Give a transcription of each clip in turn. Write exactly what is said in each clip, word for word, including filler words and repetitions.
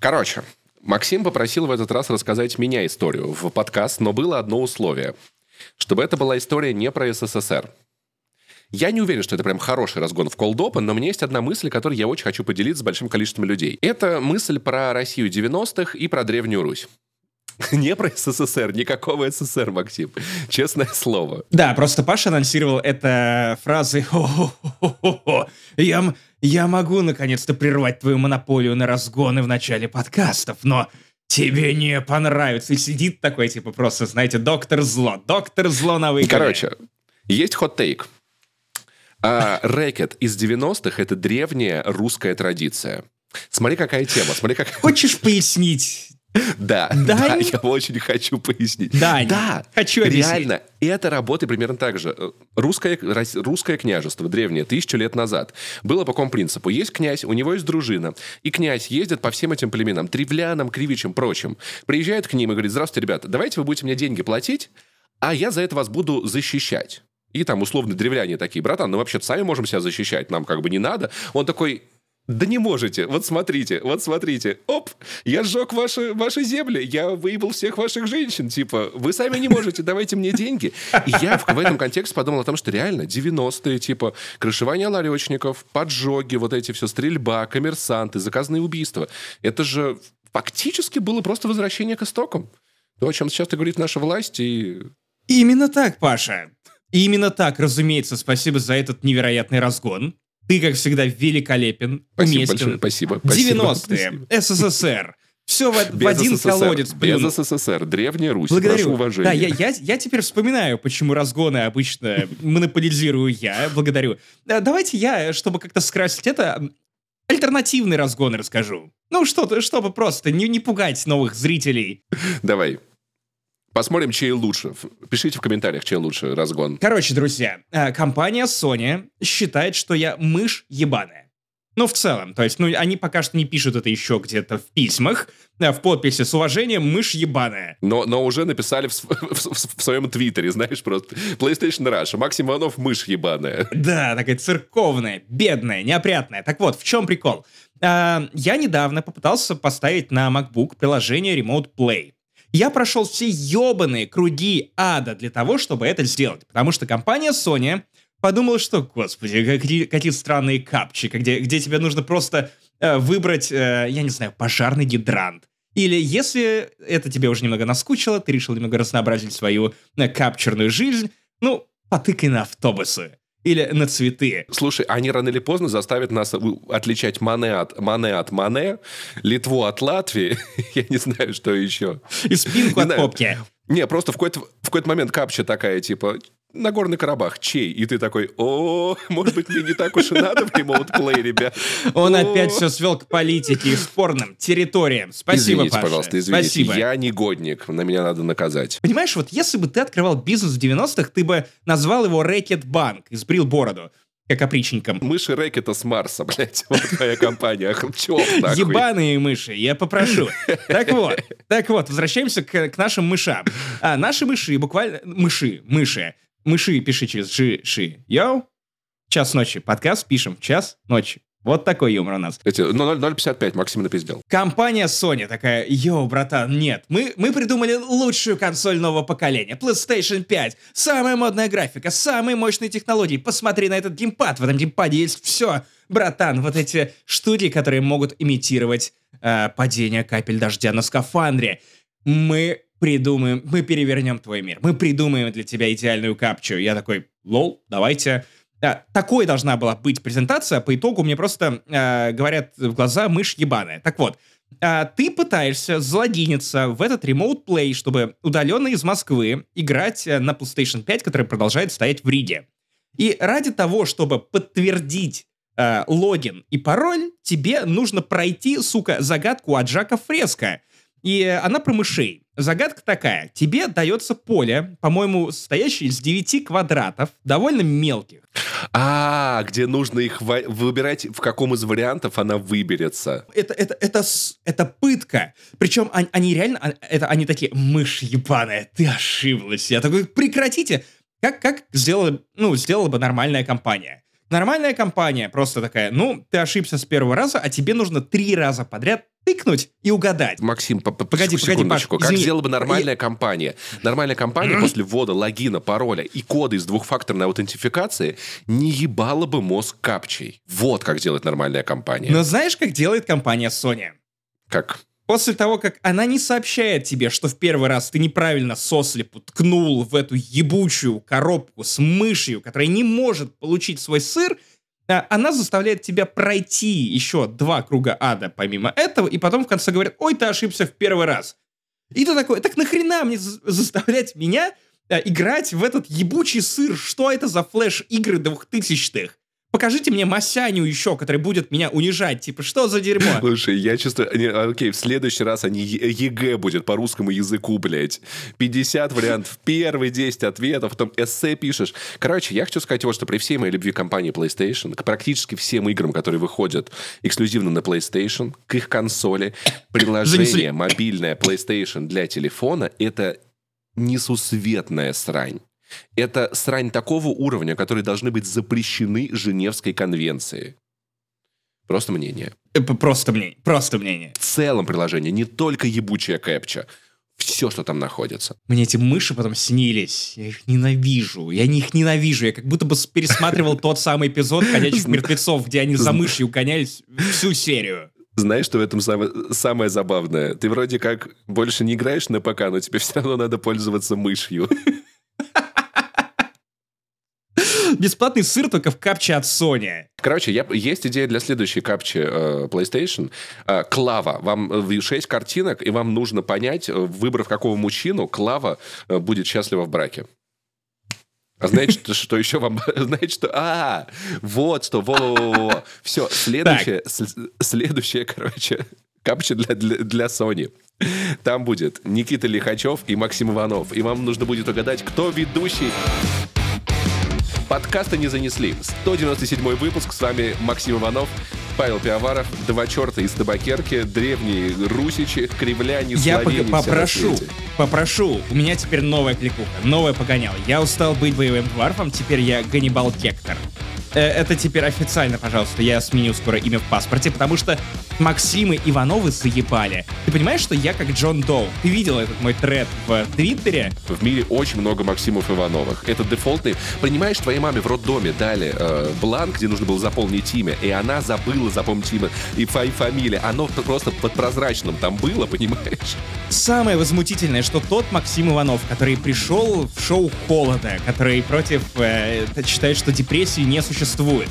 Короче, Максим попросил в этот раз рассказать меня историю в подкаст, но было одно условие. Чтобы это была история не про СССР. Я не уверен, что это прям хороший разгон в Cold Open, но у меня есть одна мысль, которой я очень хочу поделиться с большим количеством людей. Это мысль про Россию девяностых и про Древнюю Русь. Не про СССР, никакого СССР, Максим. Честное слово. Да, просто Паша анонсировал это фразой «Хо-хо-хо-хо-хо. Я, я могу наконец-то прервать твою монополию на разгоны в начале подкастов, но тебе не понравится». И сидит такой, типа, просто, знаете, доктор зло. Доктор зло на выходе. Короче, есть хот-тейк. А рэкет из девяностых — это древняя русская традиция. Смотри, какая тема. Смотри, как... Хочешь пояснить? Да, да, да, я очень хочу пояснить. Да, да, хочу объяснить. Реально, это работает примерно так же. Русское, русское княжество древнее, тысячу лет назад, было по какому принципу? Есть князь, у него есть дружина, и князь ездит по всем этим племенам, древлянам, кривичам, прочим. Приезжает к ним и говорит: здравствуйте, ребята, давайте вы будете мне деньги платить, а я за это вас буду защищать. И там условно древляне такие: братан, ну вообще-то сами можем себя защищать, нам как бы не надо. Он такой: да не можете, вот смотрите, вот смотрите, оп, я сжег ваши, ваши земли, я выебал всех ваших женщин, типа, вы сами не можете, давайте мне деньги. И я в, в этом контексте подумал о том, что реально девяностые, типа, крышевание ларечников, поджоги, вот эти все, стрельба, коммерсанты, заказные убийства, это же фактически было просто возвращение к истокам. То, о чем сейчас говорит наша власть, и... Именно так, Паша. Именно так, разумеется, спасибо за этот невероятный разгон. Ты, как всегда, великолепен, спасибо уместен. Большое, спасибо. девяностые, СССР. Все в, в один СССР, колодец. Без СССР, Древняя Русь, Благодарю. Прошу уважения. Да, я, я, я теперь вспоминаю, почему разгоны обычно монополизирую я. Благодарю. Давайте я, чтобы как-то скрасить это, альтернативный разгон расскажу. Ну, что-то, чтобы просто не, не пугать новых зрителей. Давай. Посмотрим, чей лучше. Пишите в комментариях, чей лучше разгон. Короче, друзья, компания Sony считает, что я мышь ебаная. Ну, в целом. То есть, ну, они пока что не пишут это еще где-то в письмах, в подписи с уважением «мышь ебаная». Но, но уже написали в, в, в, в своем твиттере, знаешь, просто PlayStation Russia. Максим Иванов — мышь ебаная. Да, такая церковная, бедная, неопрятная. Так вот, в чем прикол? Я недавно попытался поставить на MacBook приложение Remote Play. Я прошел все ебаные круги ада для того, чтобы это сделать. Потому что компания Sony подумала, что, господи, какие, какие странные капчи, где, где тебе нужно просто э, выбрать, э, я не знаю, пожарный гидрант. Или если это тебе уже немного наскучило, ты решил немного разнообразить свою э, капчерную жизнь, ну, потыкай на автобусы. Или на цветы. Слушай, они рано или поздно заставят нас отличать Мане от Мане, от Мане, Литву от Латвии, я не знаю, что еще. И спинку от попки. Не, просто в какой-то, в какой-то момент капча такая, типа, Нагорный Карабах, чей? И ты такой: о, может быть, мне не так уж и надо в Remote Play, ребят. Он опять все свел к политике и спорным территориям. Спасибо, извините, Паша. Пожалуйста, извините, Спасибо. Я негодник, на меня надо наказать. Понимаешь, вот если бы ты открывал бизнес в девяностых, ты бы назвал его Рэкет Банк и сбрил бороду, как опричником. Мыши Рэкета с Марса, блядь, вот твоя компания. Чё, нахуй? Ебаные мыши, я попрошу. Так вот, так вот, возвращаемся к, к нашим мышам. А, наши мыши буквально... Мыши, мыши. Мыши пиши через ши-ши. Йоу. Час ночи. Подкаст пишем. Час ночи. Вот такой юмор у нас. Эти, ну, ноль пятьдесят пять Максим напиздел. Компания Sony такая: йоу, братан, нет, мы, мы придумали лучшую консоль нового поколения. PlayStation пять. Самая модная графика, самые мощные технологии. Посмотри на этот геймпад. В этом геймпаде есть все. Братан, вот эти штуки, которые могут имитировать э, падение капель дождя на скафандре. Мы придумаем, мы перевернем твой мир. Мы придумаем для тебя идеальную капчу. Я такой: лол, давайте... Да, такой должна была быть презентация. По итогу мне просто э, говорят в глаза: мышь ебаная. Так вот, э, ты пытаешься залогиниться в этот Remote Play, чтобы удаленно из Москвы играть на PlayStation пять, которая продолжает стоять в Риге. И ради того, чтобы подтвердить э, логин и пароль, тебе нужно пройти, сука, загадку от Жака Фреско. И она про мышей. Загадка такая. Тебе дается поле, по-моему, состоящее из девяти квадратов, довольно мелких. А, где нужно их во- выбирать, в каком из вариантов она выберется. Это, это, это, это пытка. Причем они, они реально, это, они такие: мышь ебаная, ты ошиблась. Я такой: прекратите. Как, как сделала, ну, сделала бы нормальная компания? Нормальная компания просто такая, ну, ты ошибся с первого раза, а тебе нужно три раза подряд тыкнуть и угадать. Максим, по- по- Погоди, погоди, Паш, секундочку. Как извини. сделала бы нормальная компания? Нормальная компания после ввода логина, пароля и кода из двухфакторной аутентификации не ебала бы мозг капчей. Вот как делает нормальная компания. Но знаешь, как делает компания Sony? Как? После того, как она не сообщает тебе, что в первый раз ты неправильно сослепу ткнул в эту ебучую коробку с мышью, которая не может получить свой сыр, а, она заставляет тебя пройти еще два круга ада помимо этого, и потом в конце говорит, ой, ты ошибся в первый раз. И ты такой, так нахрена мне за- заставлять меня а, играть в этот ебучий сыр? Что это за флеш-игры двухтысячных? Покажите мне Масяню еще, который будет меня унижать. Типа, что за дерьмо? Слушай, я чувствую... не, Окей, в следующий раз они е- ЕГЭ будет по русскому языку, блядь. пятьдесят вариантов, первые десять ответов, потом эссе пишешь. Короче, я хочу сказать вот, что при всей моей любви к компании PlayStation, к практически всем играм, которые выходят эксклюзивно на PlayStation, к их консоли, приложение Занесли. мобильное PlayStation для телефона — это несусветная срань. Это срань такого уровня, которые должны быть запрещены Женевской конвенцией. Просто мнение. Э, п- Просто мнение. Просто мнение. В целом приложение, не только ебучая кэпча. Все, что там находится. Мне эти мыши потом снились. Я их ненавижу. Я не их ненавижу. Я как будто бы с- пересматривал тот самый эпизод «Ходячих мертвецов», где они за мышью гонялись всю серию. Знаешь, что в этом самое, самое забавное? Ты вроде как больше не играешь на ПК, но тебе все равно надо пользоваться мышью. Бесплатный сыр только в капче от Sony. Короче, я, есть идея для следующей капчи э, PlayStation. Э, Клава. Вам э, шесть картинок, и вам нужно понять, э, выбрав какого мужчину, Клава э, будет счастлива в браке. А знаете, что, что еще вам... Знаете, что... А, вот что, во-во-во. Все, следующее, с- следующее, короче, капча для, для, для Sony. Там будет Никита Лихачев и Максим Иванов. И вам нужно будет угадать, кто ведущий... Подкасты не занесли. сто девяносто седьмой выпуск. С вами Максим Иванов, Павел Пиаваров, два черта из табакерки, древние русичи, кривляне, Я пог- словени, все на попрошу, свете. попрошу. У меня теперь новая кликуха, новое погонял. Я устал быть боевым дварфом, теперь я Ганнибал Гектор. Э, Это теперь официально, пожалуйста, я сменю скоро имя в паспорте, потому что Максимы Ивановы заебали. Ты понимаешь, что я как Джон Доу? Ты видел этот мой тред в Твиттере? В мире очень много Максимов Ивановых. Это дефолтный. Понимаешь, твоей маме в роддоме дали э, бланк, где нужно было заполнить имя, и она забыла запомнить имя и фа- и фамилия. Оно просто под прозрачным там было, понимаешь? Самое возмутительное, что тот Максим Иванов, который пришел в шоу «Холода», который против э, считает, что депрессии не существует.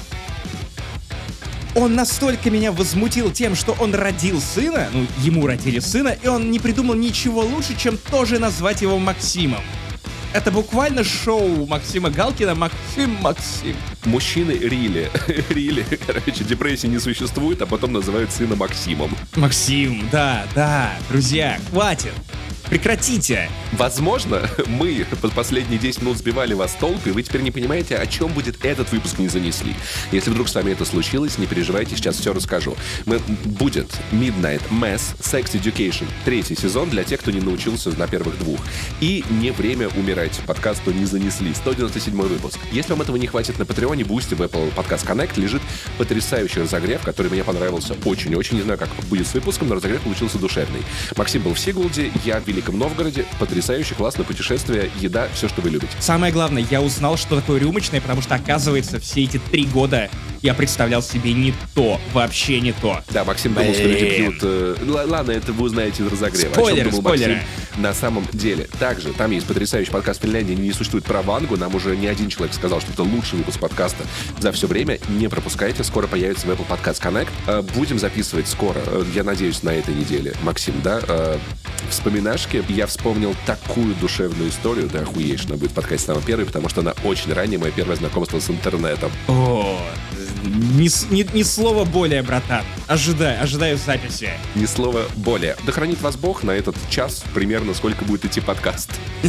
Он настолько меня возмутил тем, что он родил сына, ну, ему родили сына, и он не придумал ничего лучше, чем тоже назвать его Максимом. Это буквально шоу Максима Галкина «Максим, Максим». Мужчины рили. Рили. Короче, депрессии не существует, а потом называют сына Максимом. Максим, да, да, друзья, хватит. Прекратите. Возможно, мы под последние десять минут сбивали вас с толку, и вы теперь не понимаете, о чем будет этот выпуск «Не занесли». Если вдруг с вами это случилось, не переживайте, сейчас все расскажу. Мы, будет Midnight Mass Sex Education, третий сезон для тех, кто не научился на первых двух. И «Не время умирать», подкасту «Не занесли», сто девяносто седьмой выпуск. Если вам этого не хватит на Патреоне, Boosty, в Apple Podcast Connect лежит потрясающий разогрев, который мне понравился очень-очень. Не знаю, как будет с выпуском, но разогрев получился душевный. Максим был в Сигулде, я в Великом Новгороде. Потрясающе, классно, путешествие, еда, все, что вы любите. Самое главное, я узнал, что такое рюмочное, потому что, оказывается, все эти три года я представлял себе не то, вообще не то. Да, Максим думал, что люди Блин. пьют... э, л- ладно, это вы узнаете из разогрева. Спойлеры, О чем думал спойлеры. Максим на самом деле. Также там есть потрясающий подкаст в Финляндии «Не существует про Вангу». Нам уже не один человек сказал, что это лучший выпуск подкаста за все время. Не пропускайте, скоро появится в Apple Podcast Connect. Э, Будем записывать скоро, э, я надеюсь, на этой неделе. Максим, да? Э, Вспоминашки. Я вспомнил такую душевную историю, да, охуеешь, она будет в подкасте самая первая, потому что она очень ранняя, мое первое знакомство с интернетом. О, ни, с- ни- ни слова более, братан. Ожидай, ожидаю записи. Ни слова более. Да хранит вас Бог на этот час примерно, сколько будет идти подкаст.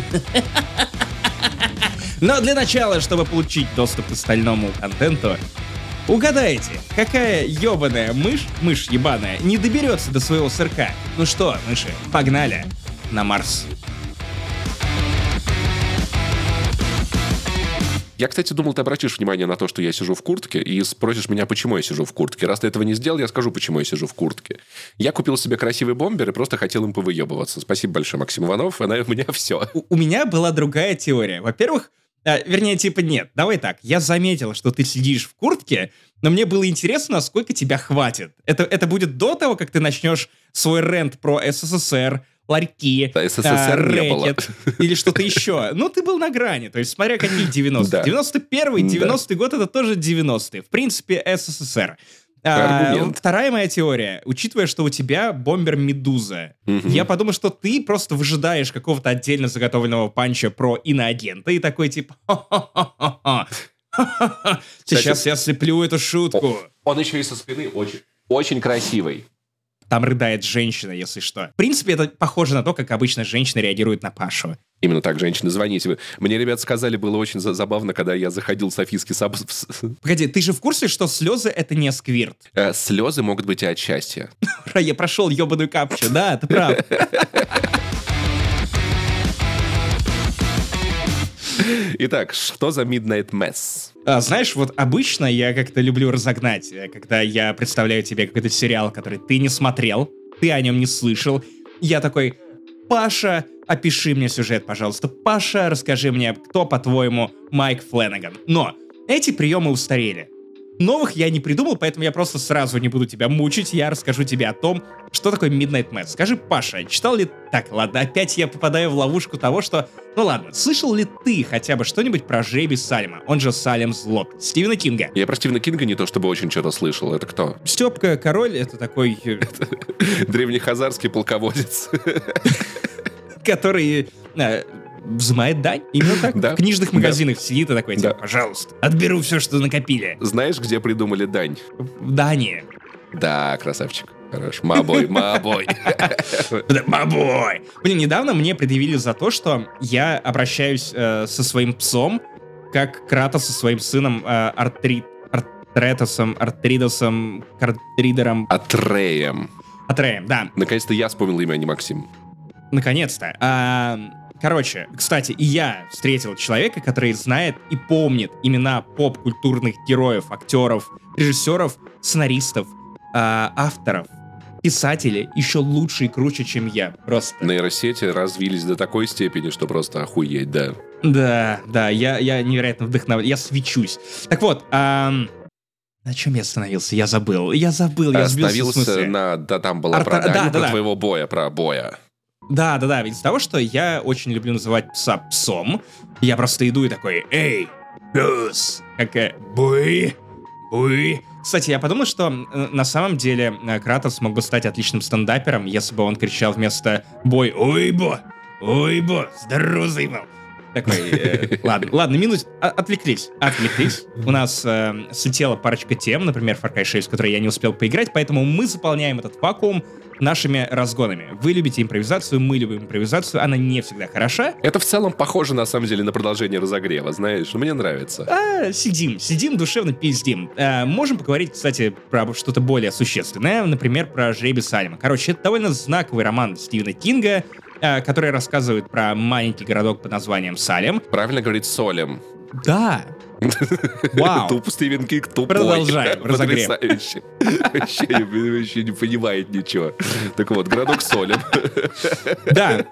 Но для начала, чтобы получить доступ к остальному контенту, угадайте, какая ебаная мышь, мышь ебаная, не доберется до своего сырка. Ну что, мыши, погнали на Марс. Я, кстати, думал, ты обратишь внимание на то, что я сижу в куртке, и спросишь меня, почему я сижу в куртке. Раз ты этого не сделал, я скажу, почему я сижу в куртке. Я купил себе красивый бомбер и просто хотел им повыебываться. Спасибо большое, Максим Иванов. И на у меня все. У, у меня была другая теория. Во-первых, а, вернее, типа нет. Давай так. Я заметил, что ты сидишь в куртке, но мне было интересно, насколько тебя хватит. Это, это будет до того, как ты начнешь свой рент про СССР, ларьки, да, СССР а, не было. Или что-то еще. Ну, ты был на грани. То есть, смотря какие девяностые. Да. девяносто первый, девяностый Да. год — это тоже девяностые. В принципе, СССР. А, вторая моя теория. Учитывая, что у тебя бомбер «Медуза», Мгм. я подумал, что ты просто выжидаешь какого-то отдельно заготовленного панча про иноагента и такой типа «Ха-ха-ха-ха-ха. Ха-ха-ха. Сейчас я слеплю эту шутку». Он еще и со спины очень, очень красивый. Там рыдает женщина, если что. В принципе, это похоже на то, как обычно женщины реагируют на Пашу. Именно так, женщины, звоните. Мне ребята сказали, было очень за- забавно, когда я заходил в Софийский саб... Погоди, ты же в курсе, что слезы — это не сквирт? Э, слезы могут быть и от счастья. Ура, я прошел ебаную капчу, да, ты прав. Итак, что за Midnight Mass? А, знаешь, вот обычно я как-то люблю разогнать, э, когда я представляю тебе какой-то сериал, который ты не смотрел, ты о нем не слышал. Я такой: Паша, опиши мне сюжет, пожалуйста. Паша, расскажи мне, кто, по-твоему, Майк Фленнеган. Но эти приемы устарели. Новых я не придумал, поэтому я просто сразу не буду тебя мучить. Я расскажу тебе о том, что такое Midnight Mass. Скажи, Паша, читал ли... Так, ладно, опять я попадаю в ловушку того, что... Ну ладно, слышал ли ты хотя бы что-нибудь про Жребий Салема, он же Салем Злот, Стивена Кинга? Я про Стивена Кинга не то чтобы очень что-то слышал. Это кто? Степка Король — это такой, э, Древнехазарский полководец. который э, взимает дань. Именно так. Да. В книжных Да. магазинах сидит и такой, типа, Да. пожалуйста, отберу все, что накопили. Знаешь, где придумали дань? В Дании. Да, красавчик. Хорош. Мабой, мабой. Да, Бабой! Блин, недавно мне предъявили за то, что я обращаюсь э, со своим псом, как Кратос со своим сыном э, Артри... Артретосом, Артридосом, Картридером, Атреем. Атреем, да, Наконец-то я вспомнил имя, а не Максим. наконец-то. А, короче, кстати, и я встретил человека, который знает и помнит имена поп-культурных героев, актеров, режиссеров, сценаристов, а, авторов, писателей еще лучше и круче, чем я. Просто. Нейросети развились до такой степени, что просто охуеть, да. Да, да, я, я невероятно вдохновлен, я свечусь. Так вот, ам, на чем я остановился? Я забыл, я забыл, я сбился с Остановился мысли. на... Да, там была Арта- про да, Даню, да, про да. твоего боя, про боя. Да, да, да, из-за того, что я очень люблю называть пса псом, я просто иду и такой: «Эй, пес!» Как э, «Буй, буй». Кстати, я подумал, что э, на самом деле э, Кратос мог бы стать отличным стендапером, если бы он кричал вместо «Бой, ойбо, ойбо, здорово, заебал». Такой, э, ладно, ладно, минус, а- отвлеклись, отвлеклись. У нас э, слетела парочка тем, например, Far Cry шесть, в которые я не успел поиграть, поэтому мы заполняем этот вакуум нашими разгонами. Вы любите импровизацию, мы любим импровизацию, она не всегда хороша. Это в целом похоже, на самом деле, на продолжение разогрева, знаешь? Мне нравится. А, сидим, сидим, душевно пиздим. А, можем поговорить, кстати, про что-то более существенное, например, про Жребий Салема. Короче, это довольно знаковый роман Стивена Кинга, а, который рассказывает про маленький городок под названием Салем. Правильно говорить солем. Да. Вау. Туп Стивен Кинг тупой. Продолжаем разогрев. Потрясающе. Вообще, не- вообще не понимает ничего. Так вот, городок Солем. Да.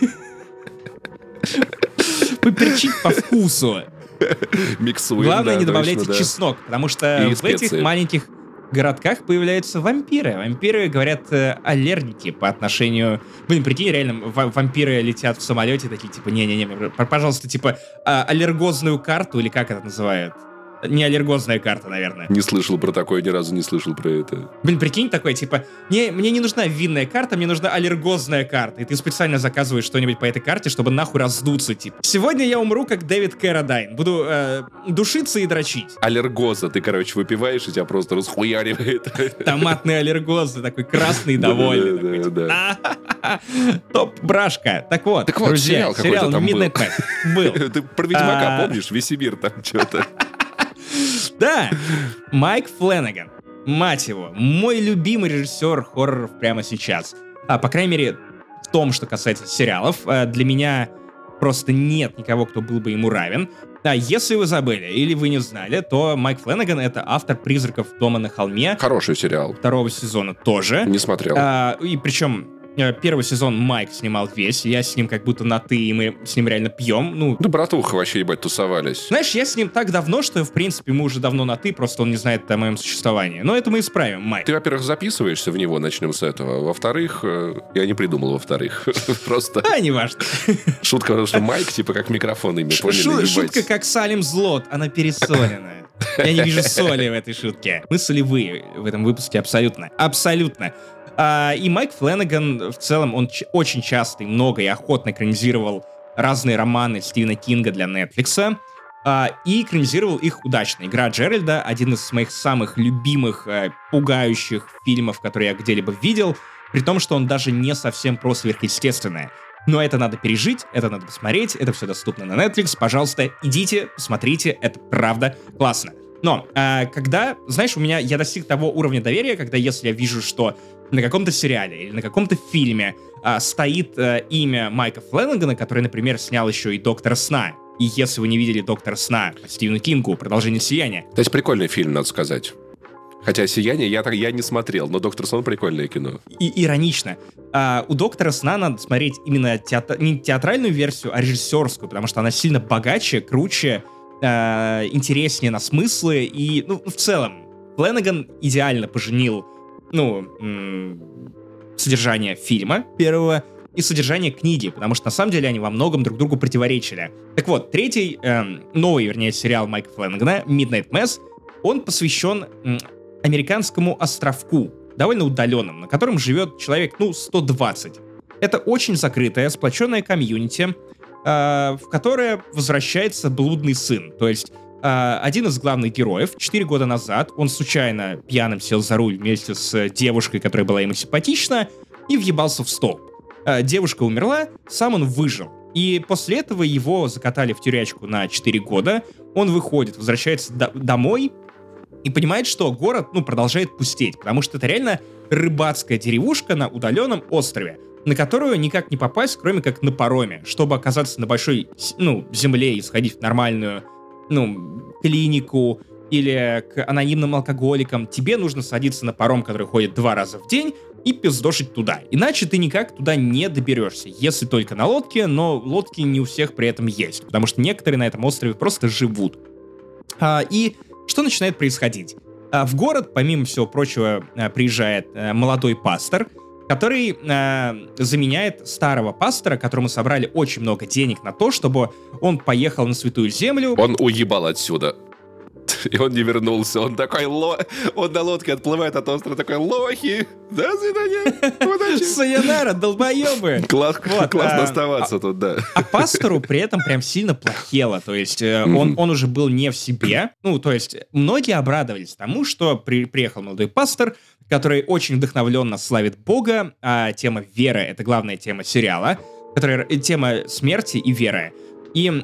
Поперчить по вкусу. Миксуем. Главное, да, не добавляйте точно, да. чеснок, потому что И в этих специи. маленьких городках появляются вампиры. Вампиры, говорят, э, аллергики по отношению... Блин, прикинь, реально, ва- вампиры летят в самолете, такие, типа, не-не-не, п- пожалуйста, типа, а, аллергозную карту, или как это называют? Не аллергозная карта, наверное. Не слышал про такое, ни разу не слышал про это. Блин, прикинь, такой, типа, не, мне не нужна винная карта, мне нужна аллергозная карта. И ты специально заказываешь что-нибудь по этой карте, чтобы нахуй раздуться, типа. Сегодня я умру, как Дэвид Кэррадайн. Буду э, душиться и дрочить. Аллергоза. Ты, короче, выпиваешь, и тебя просто расхуяривает. Томатный аллергоз, ты такой красный и довольный. Да, такой, да, типа, Топ-брашка. Так вот, Так вот, друзья, сериал какой-то сериал там был. Midnight Mass был. Ты про Ведьмака А. помнишь? Весемир там что-то. Да, Майк Фленнеган, мать его, мой любимый режиссер хорроров прямо сейчас. А, по крайней мере, в том, что касается сериалов, э, для меня просто нет никого, кто был бы ему равен. А если вы забыли или вы не знали, то Майк Флэнэган — это автор «Призраков дома на холме». Хороший сериал. Второго сезона тоже. Не смотрел. А, и причем первый сезон Майк снимал весь, я с ним как будто на «ты», и мы с ним реально пьем. Ну, да братуха вообще, ебать, тусовались. знаешь, я с ним так давно, что, в принципе, мы уже давно на «ты», просто он не знает о моем существовании. Но это мы исправим, Майк. Ты, во-первых, записываешься в него, начнем с этого. Во-вторых, э, я не придумал во-вторых. Просто А, неважно. шутка, потому что Майк, типа, как микрофон ими, поняли, Шу- ебать. Шутка как Салим Злот, она пересоленная. Я не вижу соли в этой шутке. Мы солевые в этом выпуске абсолютно. Абсолютно. А, и Майк Флэнэган в целом, он ч- очень часто и много и охотно экранизировал разные романы Стивена Кинга для Netflix. А, и экранизировал их удачно. «Игра Джеральда» — один из моих самых любимых, э, пугающих фильмов, которые я где-либо видел, при том, что он даже не совсем про сверхъестественное. Но это надо пережить, это надо посмотреть, это все доступно на Netflix. Пожалуйста, идите, посмотрите, это правда классно. Но э, когда, знаешь, у меня я достиг того уровня доверия, когда если я вижу, что на каком-то сериале или на каком-то фильме э, стоит э, имя Майка Флэнэгана, который, например, снял еще и «Доктора сна». И если вы не видели «Доктора сна» по Стивену Кингу, «Продолжение сияния». То есть прикольный фильм, надо сказать. Хотя «Сияние» я, так, я не смотрел, но «Доктор Сон» прикольное кино. И иронично. А, у «Доктора сна» надо смотреть именно театр... не театральную версию, а режиссерскую, потому что она сильно богаче, круче, а, интереснее на смыслы. И, ну, в целом, Флэнэган идеально поженил, ну, м- содержание фильма первого и содержание книги, потому что на самом деле они во многом друг другу противоречили. Так вот, третий, эм, новый, вернее, сериал Майка Флэнэгана, Midnight Mass, он посвящен м- американскому островку, довольно удаленном, на котором живет человек, ну, сто двадцать. Это очень закрытая, сплоченная комьюнити, э, в которое возвращается блудный сын. То есть э, один из главных героев четыре года назад, он случайно пьяным сел за руль вместе с девушкой, которая была ему симпатична, и въебался в столб. Э, девушка умерла, сам он выжил. И после этого его закатали в тюрячку на четыре года. Он выходит, возвращается до- домой, и понимает, что город, ну, продолжает пустеть, потому что это реально рыбацкая деревушка на удаленном острове, на которую никак не попасть, кроме как на пароме. Чтобы оказаться на большой, ну, земле и сходить в нормальную, ну, клинику или к анонимным алкоголикам, тебе нужно садиться на паром, который ходит два раза в день, и пиздошить туда. Иначе ты никак туда не доберешься, если только на лодке, но лодки не у всех при этом есть, потому что некоторые на этом острове просто живут. А, и что начинает происходить? А, в город, помимо всего прочего, а, приезжает а, молодой пастор, который а, заменяет старого пастора, которому собрали очень много денег на то, чтобы он поехал на Святую Землю. Он уебал отсюда. И он не вернулся. Он такой, ло... он на лодке отплывает от острова, такой, лохи, до свидания, удачи. Сайонара, долбоебы! Класс, Вот, классно а, оставаться а, тут, да. А пастору при этом прям сильно плохело. То есть э, mm-hmm. он, он уже был не в себе. Ну, то есть многие обрадовались тому, что при, приехал молодой пастор, который очень вдохновленно славит Бога. А тема веры — это главная тема сериала, которая тема смерти и веры. И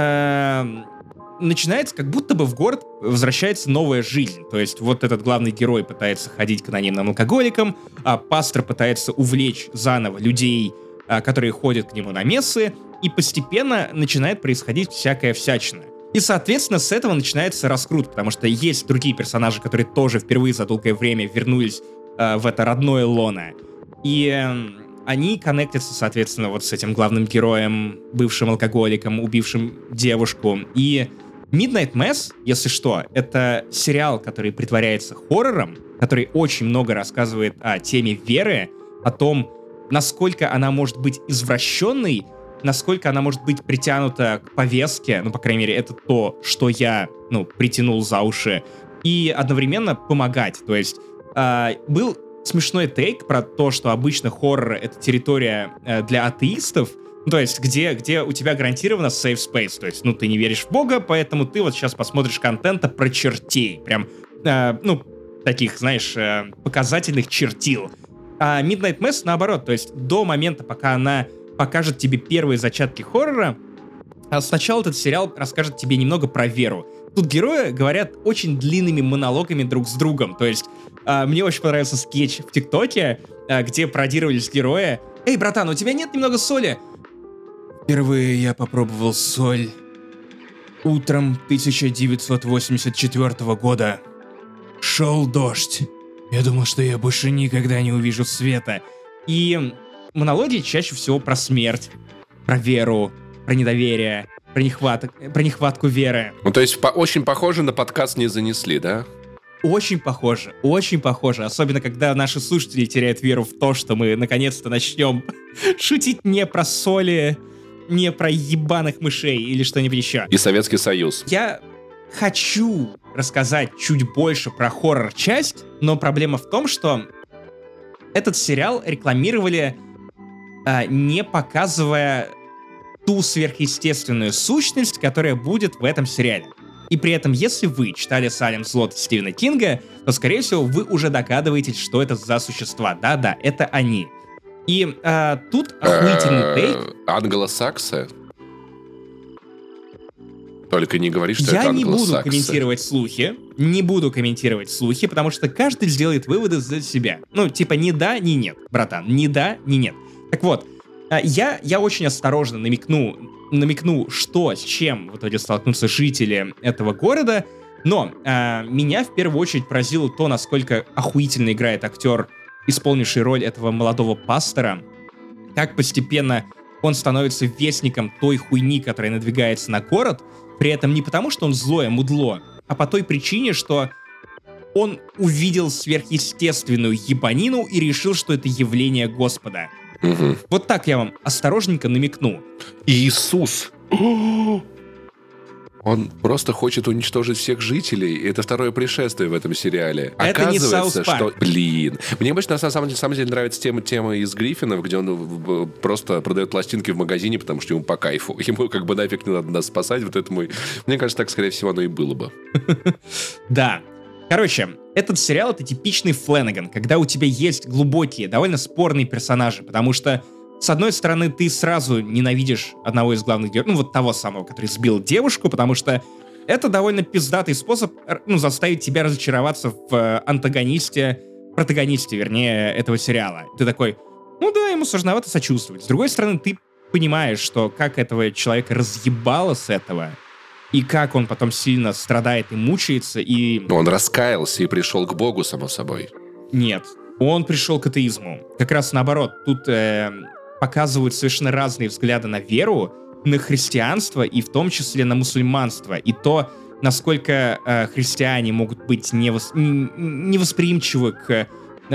э, начинается, как будто бы в город возвращается новая жизнь. То есть вот этот главный герой пытается ходить к анонимным алкоголикам, а пастор пытается увлечь заново людей, а, которые ходят к нему на мессы, и постепенно начинает происходить всякая всячина. И, соответственно, с этого начинается раскрут, потому что есть другие персонажи, которые тоже впервые за долгое время вернулись а, в это родное лоно. И э, они коннектятся, соответственно, вот с этим главным героем, бывшим алкоголиком, убившим девушку. И Midnight Mass, если что, это сериал, который притворяется хоррором, который очень много рассказывает о теме веры, о том, насколько она может быть извращенной, насколько она может быть притянута к повестке, ну, по крайней мере, это то, что я, ну, притянул за уши, и одновременно помогать. То есть э, был смешной тейк про то, что обычно хоррор — это территория э, для атеистов, ну, то есть где, где у тебя гарантированно safe space, то есть, ну, ты не веришь в Бога, поэтому ты вот сейчас посмотришь контента про чертей, прям, э, ну, таких, знаешь, э, показательных чертил. А Midnight Mass наоборот, то есть до момента, пока она покажет тебе первые зачатки хоррора, сначала этот сериал расскажет тебе немного про веру. Тут герои говорят очень длинными монологами друг с другом, то есть а, мне очень понравился скетч в ТикТоке, а, где пародировались герои. «Эй, братан, у тебя нет немного соли?» Впервые я попробовал соль утром тысяча девятьсот восемьдесят четвёртого года. Шел дождь. Я думал, что я больше никогда не увижу света. И монологи чаще всего про смерть, про веру, про недоверие, про, нехват... про нехватку веры. Ну, то есть по- очень похоже на подкаст «Не занесли», да? Очень похоже, очень похоже. Особенно, когда наши слушатели теряют веру в то, что мы наконец-то начнем шутить не про соли, не про ебаных мышей или что-нибудь еще. И Советский Союз. Я хочу рассказать чуть больше про хоррор-часть, но проблема в том, что этот сериал рекламировали, а, не показывая ту сверхъестественную сущность, которая будет в этом сериале. И при этом, если вы читали «Салем Слот» Стивена Кинга, то, скорее всего, вы уже догадываетесь, что это за существа. Да-да, это они. И а, тут охуительный тейк. Англосаксы? Только не говори, что Я это не буду англосаксы. комментировать слухи, не буду комментировать слухи, потому что каждый сделает выводы за себя. Ну, типа, ни да, ни нет, братан, ни да, ни нет. Так вот, а, я, я очень осторожно намекну, намекну, что, с чем в итоге столкнутся жители этого города, но а, меня в первую очередь поразило то, насколько охуительно играет актер, исполнивший роль этого молодого пастора, как постепенно он становится вестником той хуйни, которая надвигается на город, при этом не потому, что он злое мудло, а по той причине, что он увидел сверхъестественную ебанину и решил, что это явление Господа. Угу. Вот так я вам осторожненько намекну. Иисус! Он просто хочет уничтожить всех жителей. Это второе пришествие в этом сериале. Это не Оказывается, Саус Парк. что... Блин. Мне больше на самом деле, на самом деле нравится тема, тема из Гриффинов, где он э, просто продает пластинки в магазине, потому что ему по кайфу. Ему как бы нафиг не надо нас спасать. Вот это мой... Мне кажется, так, скорее всего, оно и было бы. Да. Короче, этот сериал — это типичный Флэнаган, когда у тебя есть глубокие, довольно спорные персонажи, потому что, с одной стороны, ты сразу ненавидишь одного из главных героев, ну вот того самого, который сбил девушку, потому что это довольно пиздатый способ, ну, заставить тебя разочароваться в э, антагонисте, протагонисте, вернее, этого сериала. Ты такой, ну да, ему сложновато сочувствовать. С другой стороны, ты понимаешь, что как этого человека разъебало с этого, и как он потом сильно страдает и мучается, и... Но он раскаялся и пришел к Богу, само собой. Нет, он пришел к атеизму. Как раз наоборот, тут э, показывают совершенно разные взгляды на веру, на христианство и в том числе на мусульманство. И то, насколько э, христиане могут быть невос... невосприимчивы к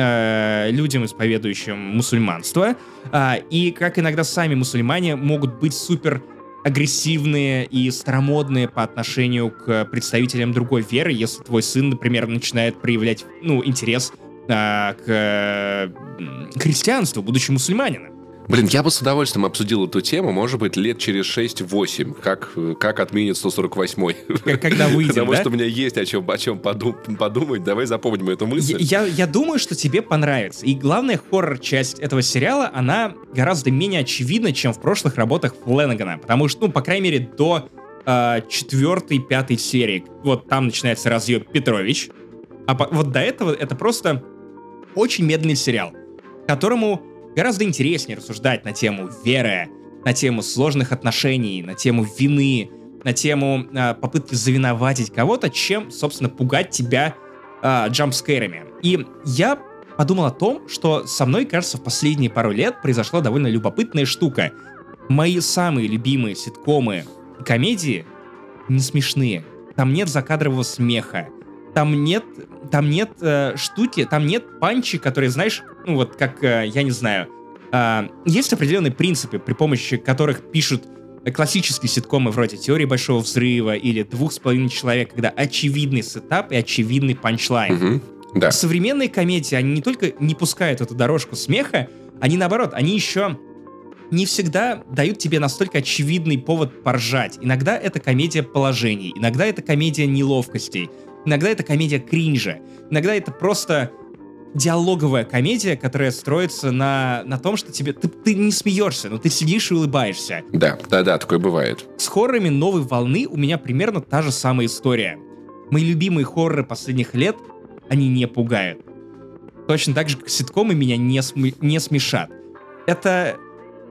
э, людям, исповедующим мусульманство, э, и как иногда сами мусульмане могут быть супер агрессивные и старомодные по отношению к представителям другой веры, если твой сын, например, начинает проявлять, ну, интерес а, к э, христианству, будучи мусульманином. Блин, я бы с удовольствием обсудил эту тему, может быть, лет через шесть-восемь, как, как отменит сто сорок восьмой. Как, когда выйдем, Потому да? что у меня есть о чем, о чем подум- подумать. Давай запомним эту мысль. Я, я думаю, что тебе понравится. И главная хоррор-часть этого сериала, она гораздо менее очевидна, чем в прошлых работах Флэнагана. Потому что, ну, по крайней мере, до э, четвертой, пятой серии. Вот там начинается разъеб Петрович. А по, вот до этого это просто очень медленный сериал, которому гораздо интереснее рассуждать на тему веры, на тему сложных отношений, на тему вины, на тему э, попытки завиноватить кого-то, чем, собственно, пугать тебя э, джампскейрами. И я подумал о том, что со мной, кажется, в последние пару лет произошла довольно любопытная штука. Мои самые любимые ситкомы и комедии не смешные. Там нет закадрового смеха. Там нет, там нет э, штуки, там нет панчи, которые, знаешь, ну вот как, э, я не знаю, э, есть определенные принципы, при помощи которых пишут классические ситкомы вроде «Теории большого взрыва» или «Двух с половиной человек», когда очевидный сетап и очевидный панчлайн. Угу. Да. Современные комедии, они не только не пускают эту дорожку смеха, они наоборот, они еще не всегда дают тебе настолько очевидный повод поржать. Иногда это комедия положений, иногда это комедия неловкостей, иногда это комедия кринжа, иногда это просто диалоговая комедия, которая строится на, на том, что тебе ты, ты не смеешься, но ты сидишь и улыбаешься. Да, да, да, такое бывает. С хоррорами новой волны у меня примерно та же самая история. Мои любимые хорроры последних лет, они не пугают. Точно так же, как ситкомы меня не, см- не смешат. Это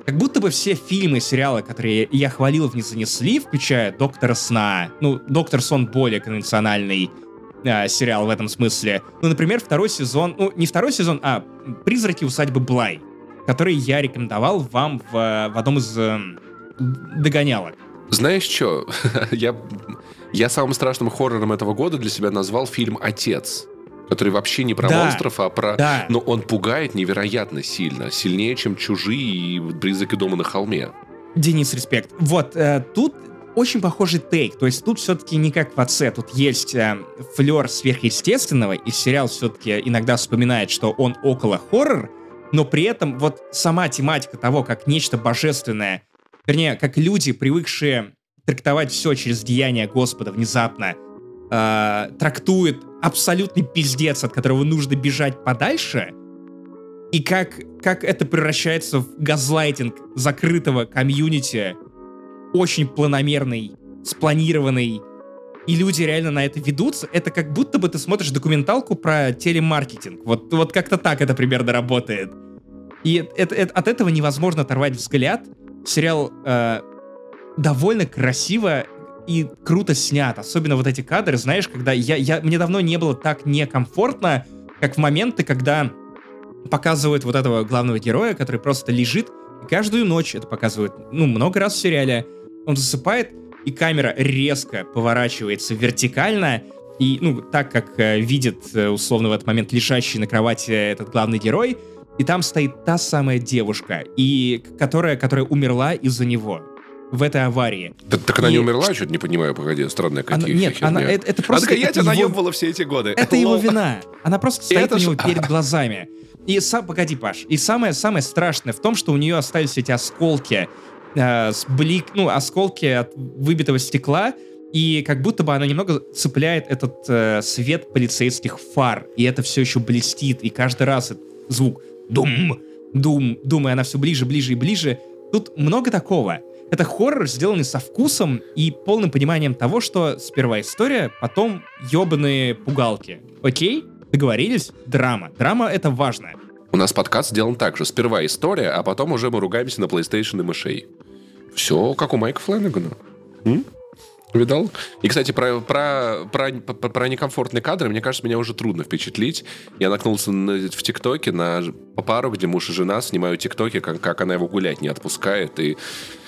как будто бы все фильмы, сериалы, которые я хвалил, в «Не занесли», включая «Доктора Сна», ну, «Доктор Сон» более конвенциональный э, сериал в этом смысле. Ну, например, второй сезон, ну, не второй сезон, а «Призраки усадьбы Блай», который я рекомендовал вам в, в одном из э, догонялок. Знаешь что? я, я самым страшным хоррором этого года для себя назвал фильм «Отец», который вообще не про да, монстров, а про... Да. Но он пугает невероятно сильно. Сильнее, чем «Чужие» и «Призраки дома на холме». Денис, респект. Вот, э, тут очень похожий тейк. То есть тут все-таки не как в «Отце». Тут есть э, флер сверхъестественного, и сериал все-таки иногда вспоминает, что он около хоррор, но при этом вот сама тематика того, как нечто божественное, вернее, как люди, привыкшие трактовать все через деяния Господа внезапно, э, трактуют абсолютный пиздец, от которого нужно бежать подальше, и как, как это превращается в газлайтинг закрытого комьюнити, очень планомерный, спланированный, и люди реально на это ведутся. Это как будто бы ты смотришь документалку про телемаркетинг. Вот, вот как-то так это примерно работает. И это, это, от этого невозможно оторвать взгляд. Сериал э, довольно красиво и круто снят. Особенно вот эти кадры, знаешь, когда я, я, мне давно не было так некомфортно, как в моменты, когда показывают вот этого главного героя, который просто лежит, и каждую ночь это показывают, ну, много раз в сериале. Он засыпает, и камера резко поворачивается вертикально, и, ну, так, как э, видит, э, условно, в этот момент лежащий на кровати этот главный герой, и там стоит та самая девушка, и, которая, которая умерла из-за него в этой аварии. Да, так она и... не умерла? Я что-то не понимаю, погоди, странная какие Нет, она, это, это просто... Она я тебя его... наебывала все эти годы. Это его вина. Она просто стоит это у него ж... перед глазами. И сам, погоди, Паш, и самое, самое страшное в том, что у нее остались эти осколки, э, с блик, ну, осколки от выбитого стекла, и как будто бы она немного цепляет этот э, свет полицейских фар, и это все еще блестит, и каждый раз этот звук дум, дум, дум, и она все ближе, ближе и ближе. Тут много такого. Это хоррор, сделанный со вкусом и полным пониманием того, что сперва история, потом ебаные пугалки. Окей? Договорились? Драма. Драма — это важно. У нас подкаст сделан так же. Сперва история, а потом уже мы ругаемся на PlayStation и мышей. Все как у Майка Флэнэгана. М? Видал? И, кстати, про, про, про, про, про некомфортные кадры, мне кажется, меня уже трудно впечатлить. Я наткнулся на, в ТикТоке на пару, где муж и жена снимают ТикТоки, как, как она его гулять не отпускает, и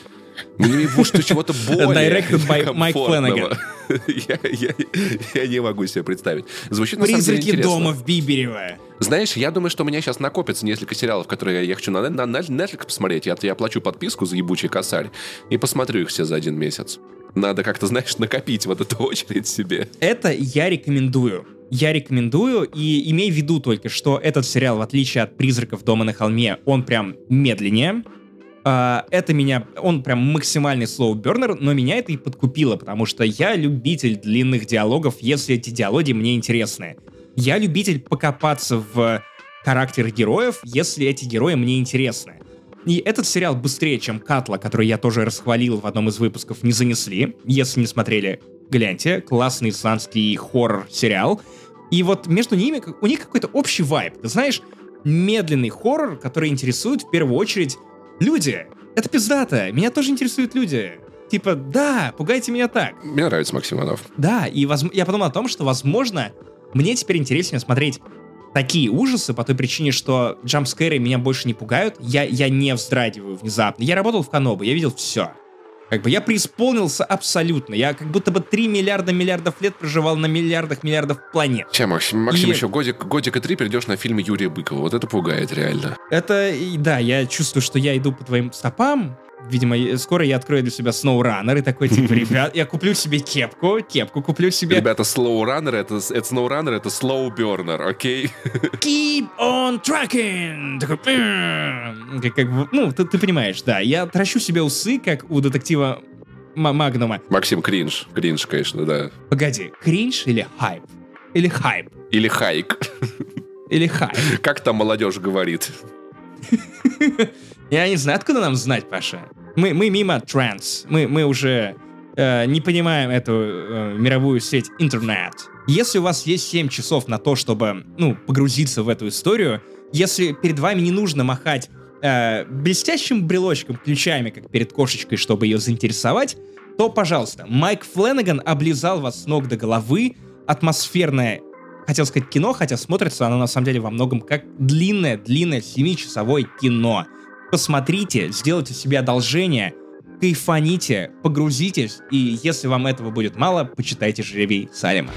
мне что чего-то более комфортного. я, я, я не могу себе представить. Звучит на самом деле интересно. «Призраки дома в Биберево». Знаешь, я думаю, что у меня сейчас накопится несколько сериалов, которые я хочу на, на, на Netflix посмотреть. Я, я оплачу подписку за ебучий косарь и посмотрю их все за один месяц. Надо как-то, знаешь, накопить вот эту очередь себе. Это я рекомендую. Я рекомендую, и имей в виду только, что этот сериал, в отличие от «Призраков дома на холме», он прям медленнее. Uh, это меня... Он прям максимальный слоу-бернер, но меня это и подкупило, потому что я любитель длинных диалогов, если эти диалоги мне интересны. Я любитель покопаться в характеры героев, если эти герои мне интересны. И этот сериал быстрее, чем «Катла», который я тоже расхвалил в одном из выпусков, «Не занесли». Если не смотрели, гляньте. Классный исландский хоррор-сериал. И вот между ними у них какой-то общий вайб. Ты знаешь, медленный хоррор, который интересует в первую очередь люди. Это пиздато. Меня тоже интересуют люди. Типа, да, пугайте меня так. Мне нравится Максим Иванов. Да, и воз... я подумал о том, что, возможно, мне теперь интереснее смотреть такие ужасы по той причине, что джампскэры меня больше не пугают. Я, я не вздрагиваю внезапно. Я работал в Канобу, я видел все. Как бы я преисполнился абсолютно. Я как будто бы три миллиарда миллиардов лет проживал на миллиардах миллиардов планет. Че, Максим, Максим и... еще годик, годик и три перейдешь на фильмы Юрия Быкова. Вот это пугает реально. Это, да, я чувствую, что я иду по твоим стопам. Видимо, скоро я открою для себя SnowRunner и такой, типа, ребят, я куплю себе кепку, кепку куплю себе. Ребята, SnowRunner, это, это SnowRunner, это slow burner, окей? Keep on tracking! Такой, как, как, ну, ты, ты понимаешь, да. Я тращу себе усы, как у детектива Магнума. Максим, кринж. Кринж, конечно, да. Погоди, кринж или хайп? Или хайп? Или хайк. Или хайп. Как там молодежь говорит? Я не знаю, откуда нам знать, Паша. Мы, мы мимо транс. Мы, мы уже э, не понимаем эту э, мировую сеть интернет. Если у вас есть семь часов на то, чтобы, ну, погрузиться в эту историю, если перед вами не нужно махать э, блестящим брелочком, ключами, как перед кошечкой, чтобы ее заинтересовать, то, пожалуйста, Майк Флэнаган облизал вас с ног до головы, атмосферное, хотел сказать кино, хотя смотрится оно на самом деле во многом как длинное-длинное семичасовое кино. Посмотрите, сделайте себе одолжение, кайфаните, погрузитесь, и если вам этого будет мало, почитайте «Жребий Салема».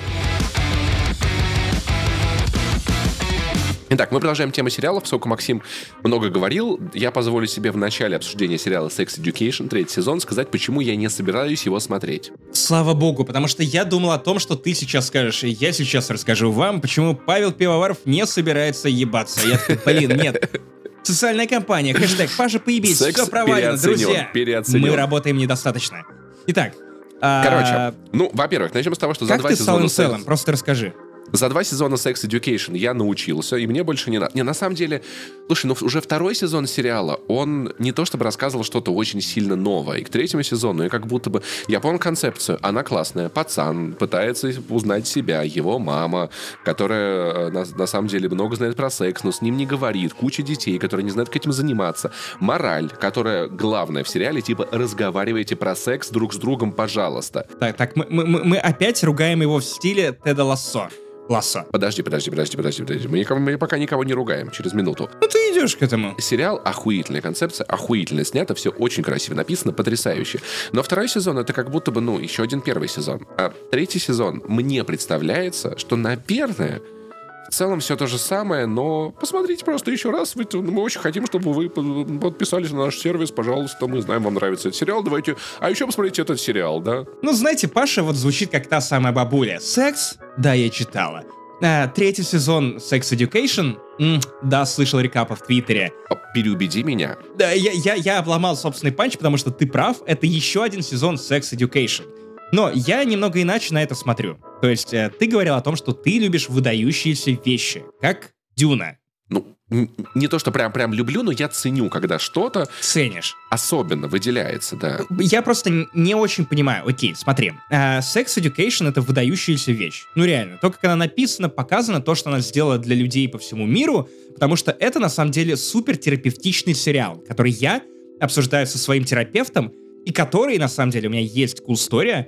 Итак, мы продолжаем тему сериалов. Поскольку Максим много говорил, я позволю себе в начале обсуждения сериала Sex Education, третий сезон, сказать, почему я не собираюсь его смотреть. Слава богу, потому что я думал о том, что ты сейчас скажешь, и я сейчас расскажу вам, почему Павел Пивоваров не собирается ебаться. Я такой, блин, нет. Социальная компания, хэштег Паша поебись, Секс все провалено, переоценен, друзья. переоценен. Мы работаем недостаточно. Итак. Короче, а... ну, во-первых, начнем с того, что как за два ты сезона... Как ты целым? Просто расскажи. За два сезона Sex Education я научился, и мне больше не надо. Не, на самом деле, слушай, ну уже второй сезон сериала, он не то чтобы рассказывал что-то очень сильно новое. И к третьему сезону я как будто бы... Я понял концепцию, она классная. Пацан пытается узнать себя, его мама, которая на, на самом деле много знает про секс, но с ним не говорит. Куча детей, которые не знают, как этим заниматься. Мораль, которая главная в сериале, типа, разговаривайте про секс друг с другом, пожалуйста. Так, так, мы, мы, мы опять ругаем его в стиле Теда Лассо. Лассо. Подожди, подожди, подожди, подожди, подожди. Мы, никого, мы пока никого не ругаем, через минуту. Ну ты идешь к этому. Сериал охуительная концепция, охуительно снято, все очень красиво написано, потрясающе. Но второй сезон — это как будто бы, ну, еще один первый сезон. А третий сезон, мне представляется, что, наверное, в целом все то же самое, но посмотрите просто еще раз. Мы, мы очень хотим, чтобы вы подписались на наш сервис, пожалуйста. Мы знаем, вам нравится этот сериал. Давайте... А еще посмотрите этот сериал, да? Ну, знаете, Паша вот звучит как та самая бабуля. Секс? Да, я читала. А, третий сезон Sex Education? М, да, слышал рекапа в Твиттере. Переубеди меня. Да, я, я, я обломал собственный панч, потому что ты прав, это еще один сезон Sex Education. Но я немного иначе на это смотрю. То есть э, ты говорил о том, что ты любишь выдающиеся вещи, как Дюна. Ну, не то, что прям, прям люблю, но я ценю, когда что-то... Ценишь. Особенно выделяется, да. Я просто не очень понимаю. Окей, смотри. Uh, Sex Education — это выдающаяся вещь. Ну реально. То, как она написана, показано, то, что она сделала для людей по всему миру, потому что это, на самом деле, супер терапевтичный сериал, который я обсуждаю со своим терапевтом, и который, на самом деле, у меня есть cool story.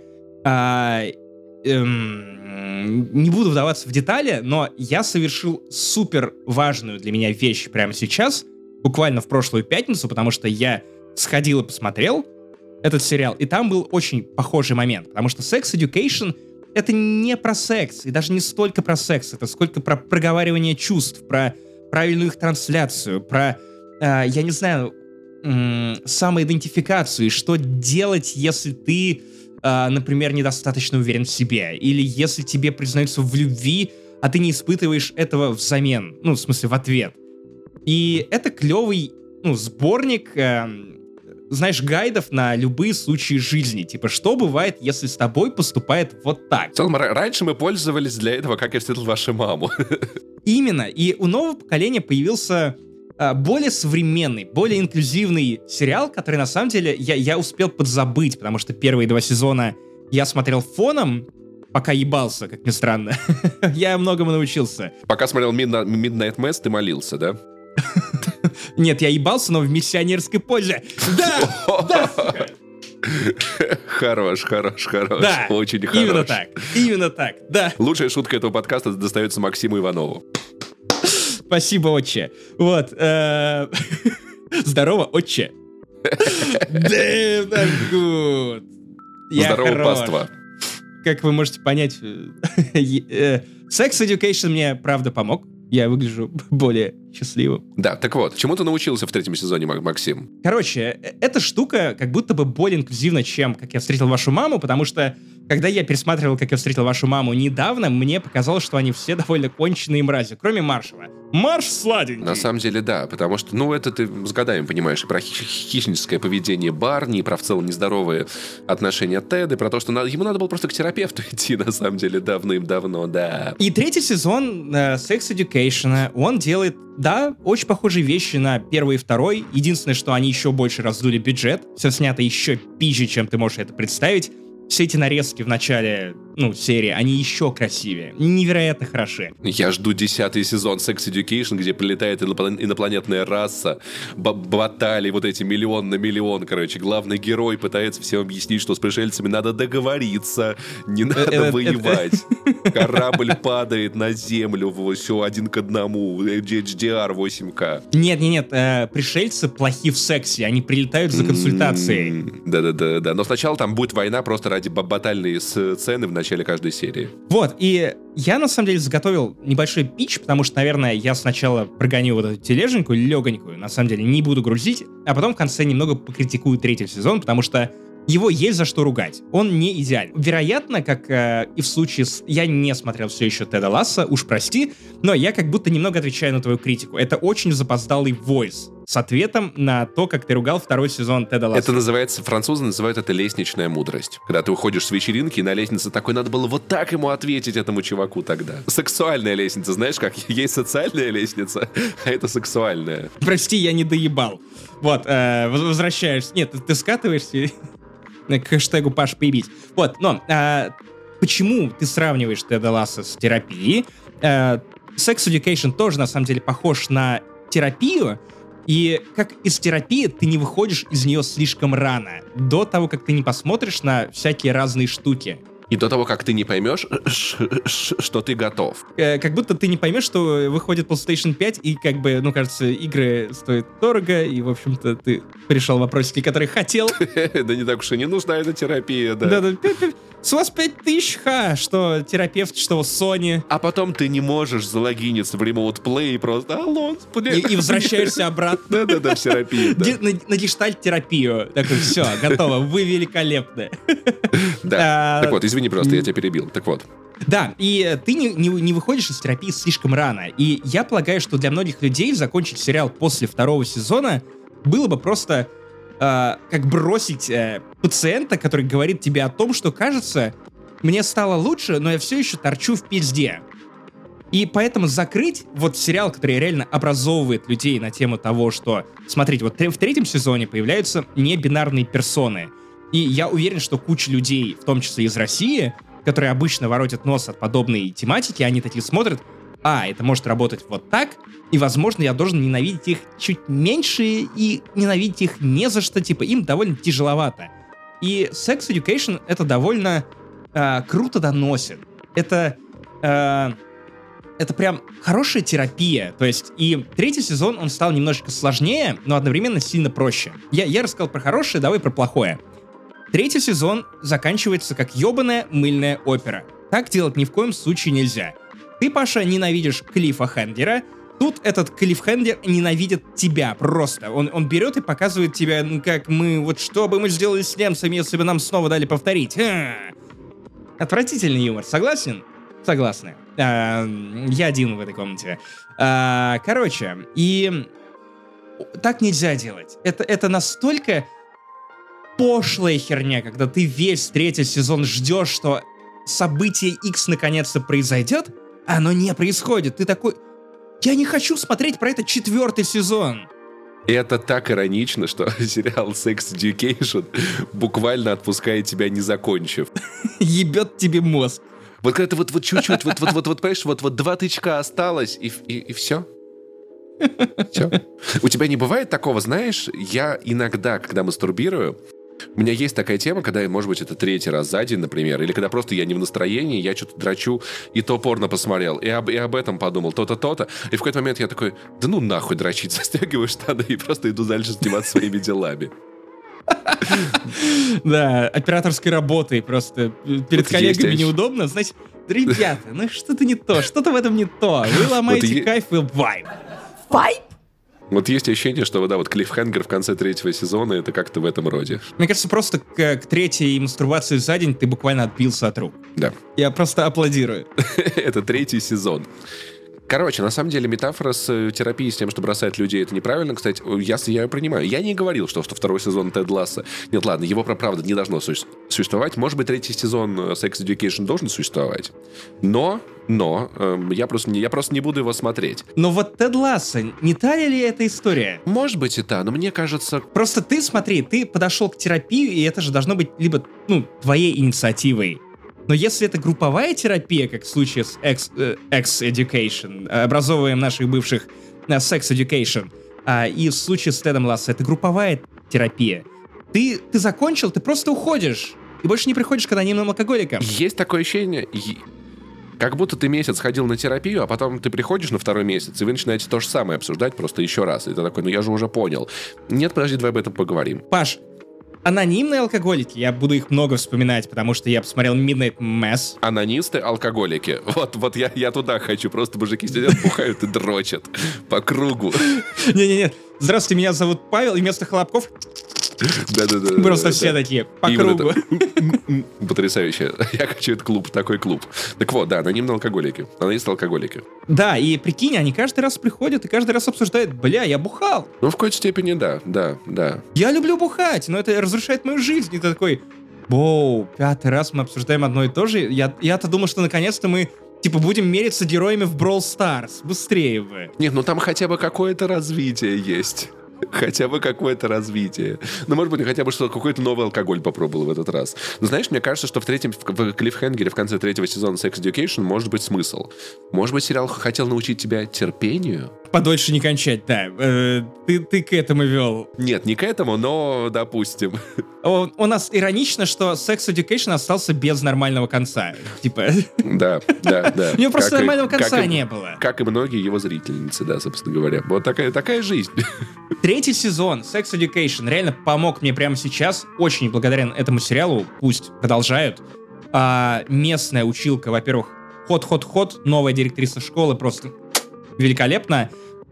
Uh, эм, не буду вдаваться в детали, но я совершил супер важную для меня вещь прямо сейчас, буквально в прошлую пятницу, потому что я сходил и посмотрел этот сериал, и там был очень похожий момент, потому что Sex Education — это не про секс, и даже не столько про секс, это сколько про проговаривание чувств, про правильную их трансляцию, про, э, я не знаю, э, самоидентификацию, и что делать, если ты, э, например, недостаточно уверен в себе, или если тебе признаются в любви, а ты не испытываешь этого взамен, ну, в смысле, в ответ. И это клевый, ну, сборник, э, знаешь, гайдов на любые случаи жизни. Типа, что бывает, если с тобой поступает вот так? В целом, р- раньше мы пользовались для этого «Как я встретил вашу маму». Именно. И у нового поколения появился э, более современный, более инклюзивный сериал, который, на самом деле, я, я успел подзабыть, потому что первые два сезона я смотрел фоном, пока ебался, как ни странно. Я многому научился. Пока смотрел Midnight Mass, ты молился, да? Нет, я ебался, но в миссионерской позе. Да! Да, сука! Хорош, хорош, хорош. Да, очень хорош. Именно так, именно так, да. Лучшая шутка этого подкаста достается Максиму Иванову. Спасибо, отче. Вот. э, Здорово, отче. Damn, I'm good. Я Здорово, хорош. паства. Как вы можете понять, э, э, Sex Education мне, правда, помог. Я выгляжу более счастливым. Да, так вот, чему ты научился в третьем сезоне, Мак- Максим? Короче, э- эта штука как будто бы более инклюзивна, чем «Как я встретил вашу маму», потому что, когда я пересматривал «Как я встретил вашу маму» недавно, мне показалось, что они все довольно конченые мрази, кроме Маршала. Марш сладенький! На самом деле, да, потому что, ну, это ты с годами понимаешь, и про хищ- хищническое поведение Барни, и про в целом нездоровые отношения Теда, и про то, что надо, ему надо было просто к терапевту идти, на самом деле, давным-давно, да. И третий сезон э, Sex Education, он делает, да, очень похожие вещи на первый и второй. Единственное, что они еще больше раздули бюджет. Все снято еще пизже, чем ты можешь это представить. Все эти нарезки в начале ну, серии, они еще красивее. Невероятно хороши. Я жду десятый сезон Sex Education, где прилетает иноплан- инопланетная раса, б- баталии, вот эти миллион на миллион, короче. Главный герой пытается всем объяснить, что с пришельцами надо договориться, не надо воевать. Корабль падает на землю, все один к одному, эйч ди ар восемь ка. Нет-нет-нет, э, пришельцы плохи в сексе, они прилетают за консультацией. Да-да-да, да. Но сначала там будет война просто ради батальной сцены в начале каждой серии. Вот, и я на самом деле заготовил небольшой пич, потому что, наверное, я сначала прогоню вот эту тележеньку легонькую, на самом деле не буду грузить, а потом в конце немного покритикую третий сезон, потому что его есть за что ругать. Он не идеален. Вероятно, как э, и в случае с... Я не смотрел все еще Теда Ласса, уж прости, но я как будто немного отвечаю на твою критику. Это очень запоздалый войс с ответом на то, как ты ругал второй сезон Теда Ласса. Это называется, французы называют это лестничная мудрость. Когда ты уходишь с вечеринки, и на лестнице такой, надо было вот так ему ответить, этому чуваку тогда. Сексуальная лестница, знаешь как? Есть социальная лестница, а это сексуальная. Прости, я не доебал. Вот, э, возвращаешься. Нет, ты, ты скатываешься к хэштегу Паш поебись. Вот, но э, почему ты сравниваешь Теда Ласса с терапией? Э, Sex Education тоже, на самом деле, похож на терапию, и как из терапии ты не выходишь из нее слишком рано, до того, как ты не посмотришь на всякие разные штуки. И до того, как ты не поймешь, что ты готов. Э, как будто ты не поймешь, что выходит PlayStation пять, и как бы, ну, кажется, игры стоят дорого, и, в общем-то, ты решил вопросики, которые хотел. Да не так уж и не нужна эта терапия, да. Да-да, с вас пять тысяч, ха, что терапевт, что Sony. А потом ты не можешь залогиниться в Remote Play и просто алло, и, и возвращаешься обратно. Да-да-да, в терапию. Да. На, на гештальт-терапию. Такой, все, готово, вы великолепны. Да, а, так вот, извини просто, я тебя перебил. Так вот. Да, и ты не, не, не выходишь из терапии слишком рано. И я полагаю, что для многих людей закончить сериал после второго сезона было бы просто э, как бросить э, пациента, который говорит тебе о том, что, кажется, мне стало лучше, но я все еще торчу в пизде. И поэтому закрыть вот сериал, который реально образовывает людей на тему того, что, смотрите, вот в третьем сезоне появляются небинарные персоны. И я уверен, что куча людей, в том числе из России, которые обычно воротят нос от подобной тематики, они такие смотрят, а, это может работать вот так, и, возможно, я должен ненавидеть их чуть меньше и ненавидеть их не за что, типа, им довольно тяжеловато. И Sex Education это довольно э, круто доносит. Это... Э, это прям хорошая терапия. То есть, и третий сезон, он стал немножечко сложнее, но одновременно сильно проще. Я, я рассказал про хорошее, давай про плохое. Третий сезон заканчивается как ебаная мыльная опера. Так делать ни в коем случае нельзя. Ты, Паша, ненавидишь Клиффа Хендера. Тут этот Клифф Хендер ненавидит тебя просто. Он, он берет и показывает тебе, ну как мы, вот что бы мы сделали с немцами, если бы нам снова дали повторить. Ха! Отвратительный юмор, согласен? Согласны. А, я один в этой комнате. А, короче, и так нельзя делать. Это, это настолько пошлая херня, когда ты весь третий сезон ждешь, что событие X наконец-то произойдет, а оно не происходит. Ты такой... Я не хочу смотреть про это четвертый сезон. И это так иронично, что сериал Sex Education буквально отпускает тебя, не закончив. Ебет тебе мозг. Вот когда ты вот, вот чуть-чуть, вот, вот, вот, вот, понимаешь, вот, вот два тычка осталось, и, и, и все. Все. У тебя не бывает такого, знаешь, я иногда, когда мастурбирую, у меня есть такая тема, когда, может быть, это третий раз за день, например, или когда просто я не в настроении, я что-то дрочу, и то порно посмотрел, и об, и об этом подумал, то-то, то-то, и в какой-то момент я такой, да ну нахуй дрочить, застегиваю штаны и просто иду дальше заниматься своими делами. Да, операторской работой просто перед коллегами неудобно. Знаете, ребята, ну что-то не то, что-то в этом не то. Вы ломаете кайф, вы вайп. Вайп? Вот есть ощущение, что да, вот клиффхенгер в конце третьего сезона, это как-то в этом роде. Мне кажется, просто к, к третьей мастурбации за день ты буквально отбился от рук. Да. Я просто аплодирую. Это третий сезон. Короче, на самом деле метафора с терапией, с тем, что бросает людей, это неправильно. Кстати, я, я ее принимаю. Я не говорил, что, что второй сезон Тед Ласса... Нет, ладно, его, правда, не должно существовать. Может быть, третий сезон Sex Education должен существовать. Но, но, эм, я, просто не, я просто не буду его смотреть. Но вот Тед Ласса, не та ли эта история? Может быть и та, но мне кажется... Просто ты, смотри, ты подошел к терапии, и это же должно быть либо, ну, твоей инициативой. Но если это групповая терапия, как в случае с X, э, X-Education, образовываем наших бывших на Sex Education, а, и в случае с Тедом Лассо, это групповая терапия. Ты, ты закончил, ты просто уходишь. И больше не приходишь к анонимным алкоголикам. Есть такое ощущение, как будто ты месяц ходил на терапию, а потом ты приходишь на второй месяц, и вы начинаете то же самое обсуждать просто еще раз. И ты такой, ну я же уже понял. Нет, подожди, давай об этом поговорим. Паш, анонимные алкоголики, я буду их много вспоминать, потому что я посмотрел Midnight Mass. Анонисты, алкоголики. Вот, вот я, я туда хочу. Просто мужики сидят, бухают и дрочат по кругу. Не-не-не. Здравствуйте, меня зовут Павел, и вместо хлопков... Да-да-да. Просто все такие, по кругу. Потрясающе. Я хочу этот клуб, такой клуб. Так вот, да, анонимные алкоголики. Анонисты алкоголики. Да, и прикинь, они каждый раз приходят и каждый раз обсуждают, бля, я бухал. Ну, в какой-то степени, да, да, да. Я люблю бухать, но это разрушает мою жизнь. И ты такой, воу, пятый раз мы обсуждаем одно и то же. Я, я-то думал, что наконец-то мы, типа, будем мериться героями в Brawl Stars. Быстрее бы. Нет, ну там хотя бы какое-то развитие есть. Хотя бы какое-то развитие. Ну, может быть, хотя бы что какой-то новый алкоголь попробовал в этот раз. Но знаешь, мне кажется, что в третьем, в клиффхенгере в конце третьего сезона Sex Education может быть смысл. Может быть, сериал хотел научить тебя терпению? Подольше не кончать, да. Э, ты, ты к этому вел. Нет, не к этому, но допустим. У, у нас иронично, что Sex Education остался без нормального конца. Типа... Да, да, да. У него просто нормального конца не было. Как и многие его зрительницы, да, собственно говоря. Вот такая, такая жизнь. Третий сезон Sex Education реально помог мне прямо сейчас. Очень благодарен этому сериалу. Пусть продолжают. А, местная училка, во-первых, ход-ход-ход. Новая директриса школы просто великолепно.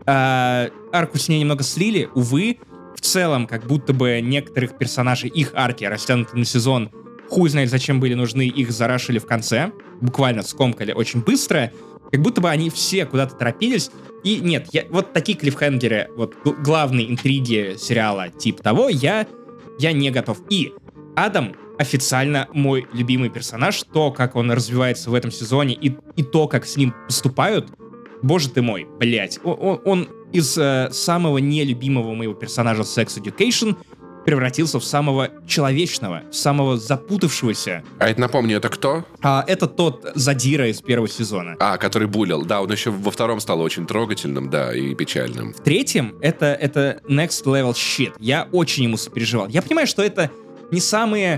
А, арку с ней немного слили. Увы, в целом, как будто бы некоторых персонажей, их арки, растянуты на сезон, хуй знает, зачем были нужны, их зарашили в конце. Буквально скомкали очень быстро. Как будто бы они все куда-то торопились. И нет, я, вот такие клиффхенгеры, вот г- главные интриги сериала типа того, я, я не готов. И Адам официально мой любимый персонаж. То, как он развивается в этом сезоне, и, и то, как с ним поступают, боже ты мой, блять. Он, он, он из э, самого нелюбимого моего персонажа Sex Education превратился в самого человечного, в самого запутавшегося. А это, напомню, это кто? А, это тот задира из первого сезона. А, который булил. Да, он еще во втором стал очень трогательным, да, и печальным. В третьем это, это next level shit. Я очень ему сопереживал. Я понимаю, что это не самые...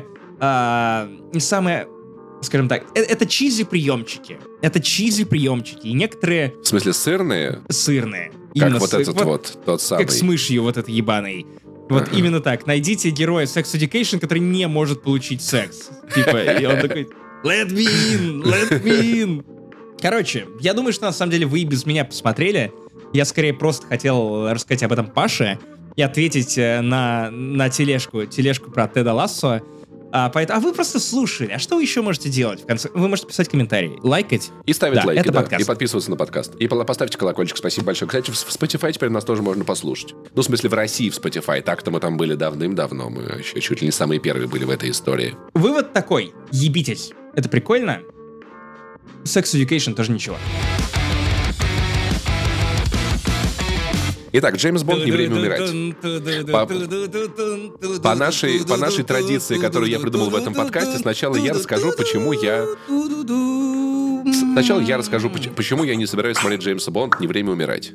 А, не самые... Скажем так, это, это чизи-приемчики. Это чизи-приемчики. И некоторые... В смысле, сырные? Сырные. Как Именно вот сыр... этот вот, вот, тот самый. Как с мышью вот этой ебаной. Вот uh-huh. именно так. Найдите героя Sex Education, который не может получить секс. Типа, и он такой, let me in, let me in. Короче, я думаю, что на самом деле вы и без меня посмотрели. Я скорее просто хотел рассказать об этом Паше и ответить на, на тележку, тележку про Теда Лассо. А, поэтому, а вы просто слушали. А что вы еще можете делать? В конце? Вы можете писать комментарии, лайкать. И ставить да, лайки, да. Подкаст. И подписываться на подкаст. И поставьте колокольчик. Спасибо большое. Кстати, в Spotify теперь нас тоже можно послушать. Ну, в смысле, в России в Spotify. Так-то мы там были давным-давно. Мы еще чуть ли не самые первые были в этой истории. Вывод такой. Ебитесь. Это прикольно. Sex Education тоже ничего. Итак, Джеймс Бонд, не время умирать. По, по, нашей, по нашей традиции, которую я придумал в этом подкасте, сначала я расскажу, почему я... Сначала я расскажу, почему я не собираюсь смотреть Джеймса Бонда, не время умирать.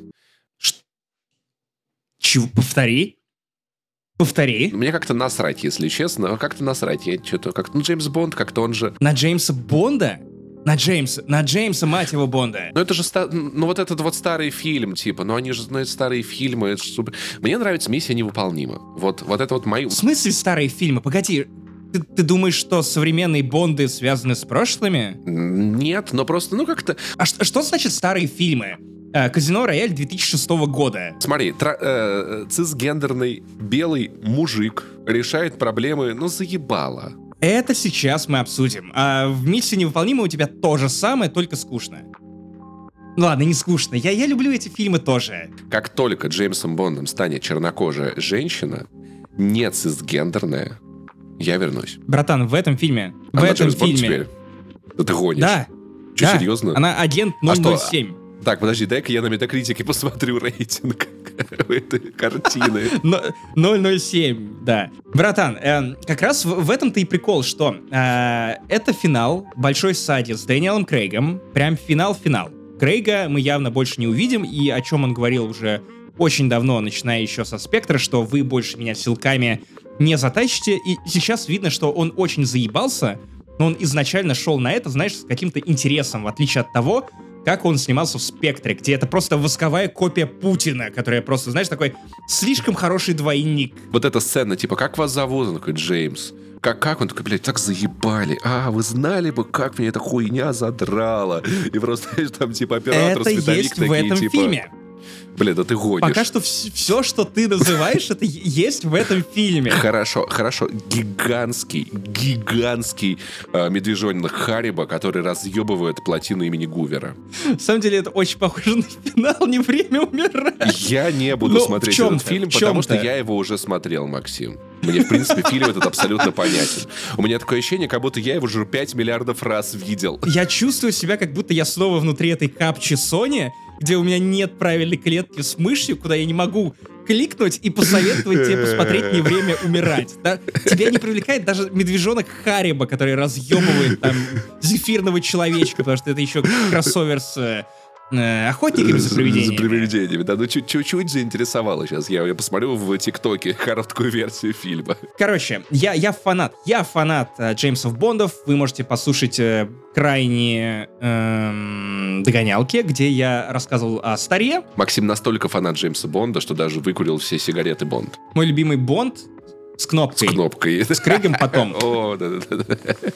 Чего? Повтори? Повтори. Мне как-то насрать, если честно. Как-то насрать. Я что-то как-то... Ну, Джеймс Бонд, как-то он же... На Джеймса Бонда? На Джеймса, на Джеймса, мать его, Бонда. Ну это же, ста... ну вот этот вот старый фильм, типа, ну они же, ну это старые фильмы, это же... Мне нравится «Миссия невыполнима». Вот, вот это вот мои... В смысле старые фильмы? Погоди, ты, ты думаешь, что современные Бонды связаны с прошлыми? Нет, но просто, ну как-то... А что, что значит старые фильмы? «Казино Рояль» две тысячи шестого года. Смотри, тра- э, цисгендерный белый мужик решает проблемы, ну заебало. Это сейчас мы обсудим. А в «Миссии невыполнима» у тебя то же самое, только скучно. Ну ладно, не скучно. Я, я люблю эти фильмы тоже. Как только Джеймсом Бондом станет чернокожая женщина, не цисгендерная, я вернусь. Братан, в этом фильме... В Она этом Джеймс Бонд фильме... теперь? Да ты гонишь. Да. Че, да. серьезно? Она агент ноль ноль семь. А Так, подожди, дай-ка я на Метакритике посмотрю рейтинг этой картины. ноль ноль семь, да. Братан, э, как раз в, в этом-то и прикол, что э, это финал большой саги с Дэниелом Крейгом. Прям финал-финал. Крейга мы явно больше не увидим, и о чем он говорил уже очень давно, начиная еще со «Спектра», что вы больше меня силками не затащите. И сейчас видно, что он очень заебался, но он изначально шел на это, знаешь, с каким-то интересом, в отличие от того, как он снимался в «Спектре», где это просто восковая копия Путина, которая просто, знаешь, такой слишком хороший двойник. Вот эта сцена, типа, как вас зовут? Он такой, Джеймс. Как, как? Он такой, блядь, так заебали. А, вы знали бы, как меня эта хуйня задрала. И просто, знаешь, там, типа, оператор, это световик есть такие, в этом типа... фильме. Блин, да ты гонишь. Пока что вс- все, что ты называешь, это есть в этом фильме. Хорошо, хорошо. Гигантский, гигантский э, медвежонок Харибо, который разъебывает плотину имени Гувера. На самом деле это очень похоже на финал «Не время умирать». Я не буду Ну, смотреть в чем-то, этот фильм, в потому что чем-то. я его уже смотрел, Максим. Мне, в принципе, фильм этот абсолютно понятен. У меня такое ощущение, как будто я его уже пять миллиардов раз видел. Я чувствую себя, как будто я снова внутри этой капчи Sony, где у меня нет правильной клетки с мышью, куда я не могу кликнуть и посоветовать тебе посмотреть «Не время умирать». Да? Тебя не привлекает даже медвежонок Харибо, который разъебывает там зефирного человечка, потому что это еще кроссовер с э, охотниками за привидениями. За привидениями, да. Ну, чуть- чуть-чуть заинтересовало сейчас. Я, я посмотрю в ТикТоке короткую версию фильма. Короче, я, я фанат. Я фанат э, Джеймсов Бондов. Вы можете послушать э, крайние эм, догонялки, где я рассказывал о старе. Максим настолько фанат Джеймса Бонда, что даже выкурил все сигареты Бонд. Мой любимый Бонд с С кнопкой. кнопкой. С Крейгом потом. О, да-да-да.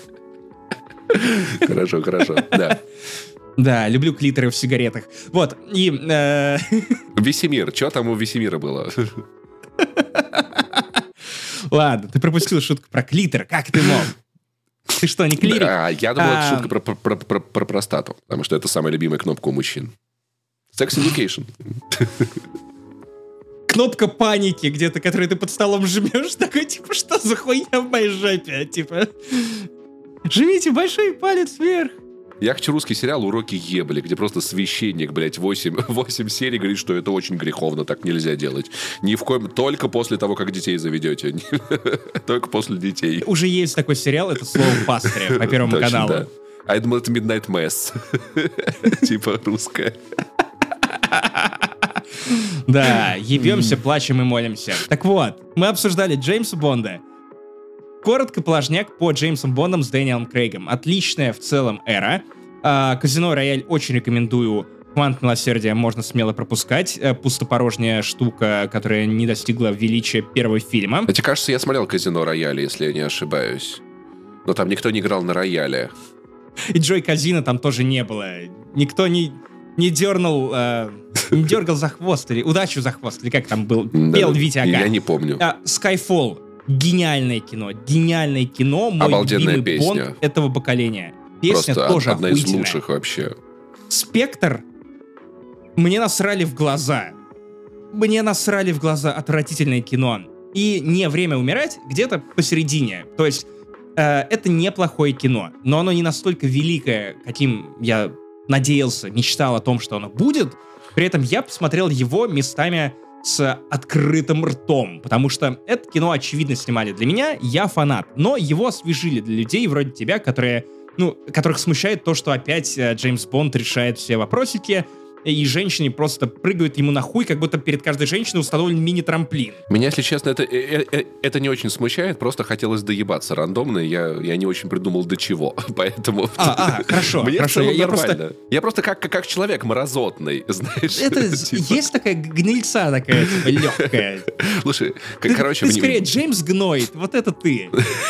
Хорошо, хорошо, да. Да, люблю клиторы в сигаретах. Вот, и... э, Весемир, что там у Весемира было? Ладно, ты пропустил шутку про клитор. Как ты мог? Ты что, не клирик? А, я думал, это А. шутка про, про- про- про простату, потому что это самая любимая кнопка у мужчин. Sex Education. Кнопка паники где-то, которую ты под столом жмешь, такой, типа, что за хуйня в моей жопе? Типа, жмите большой палец вверх. Я хочу русский сериал «Уроки ебли», где просто священник, блядь, восемь, восемь серий говорит, что это очень греховно, так нельзя делать. Ни в коем... Только после того, как детей заведете. Только после детей. Уже есть такой сериал, это «Слово пастыря» по Первому Точно, каналу. да. А я думал, это Midnight Mass. Типа русская. Да, ебемся, плачем и молимся. Так вот, мы обсуждали Джеймса Бонда. Коротко положняк по Джеймсом Бондам с Дэниелом Крейгом. Отличная в целом эра. А, Казино Рояль очень рекомендую. Квант милосердия можно смело пропускать. Э, Пустопорожняя штука, которая не достигла величия первого фильма. Мне кажется, я смотрел «Казино Рояль», если я не ошибаюсь. Но там никто не играл на рояле. И Джой Казино там тоже не было. Никто не, не дернул... э, не дергал за хвост, или удачу за хвост, или как там был. Да, Пел Витя Ага. Я не помню. А, Skyfall. Гениальное кино. Гениальное кино. Мой Обалденная любимый песня. Бонд этого поколения. Песня Просто тоже одна из охуительная. лучших вообще. Спектр. Мне насрали в глаза. Мне насрали в глаза. Отвратительное кино. И «Не время умирать» где-то посередине. То есть э, это неплохое кино, но оно не настолько великое, каким я надеялся, мечтал о том, что оно будет. При этом я посмотрел его местами с открытым ртом, потому что это кино, очевидно, снимали для меня, я фанат, но его освежили для людей вроде тебя, которые, ну, которых смущает то, что опять э, Джеймс Бонд решает все вопросики, и женщине просто прыгают ему на хуй, как будто перед каждой женщиной установлен мини-трамплин. Меня, если честно, это, э, э, это не очень смущает, просто хотелось доебаться рандомно, я, я не очень придумал до чего, поэтому... А, а, хорошо, Мне хорошо, в целом я, я нормально. просто... Я просто как, как, как человек мразотный, знаешь. Это Типа, есть такая гнильца такая, типа, легкая. Слушай, Ты, к- короче, ты вне- скорее Джеймс гноит, вот это ты.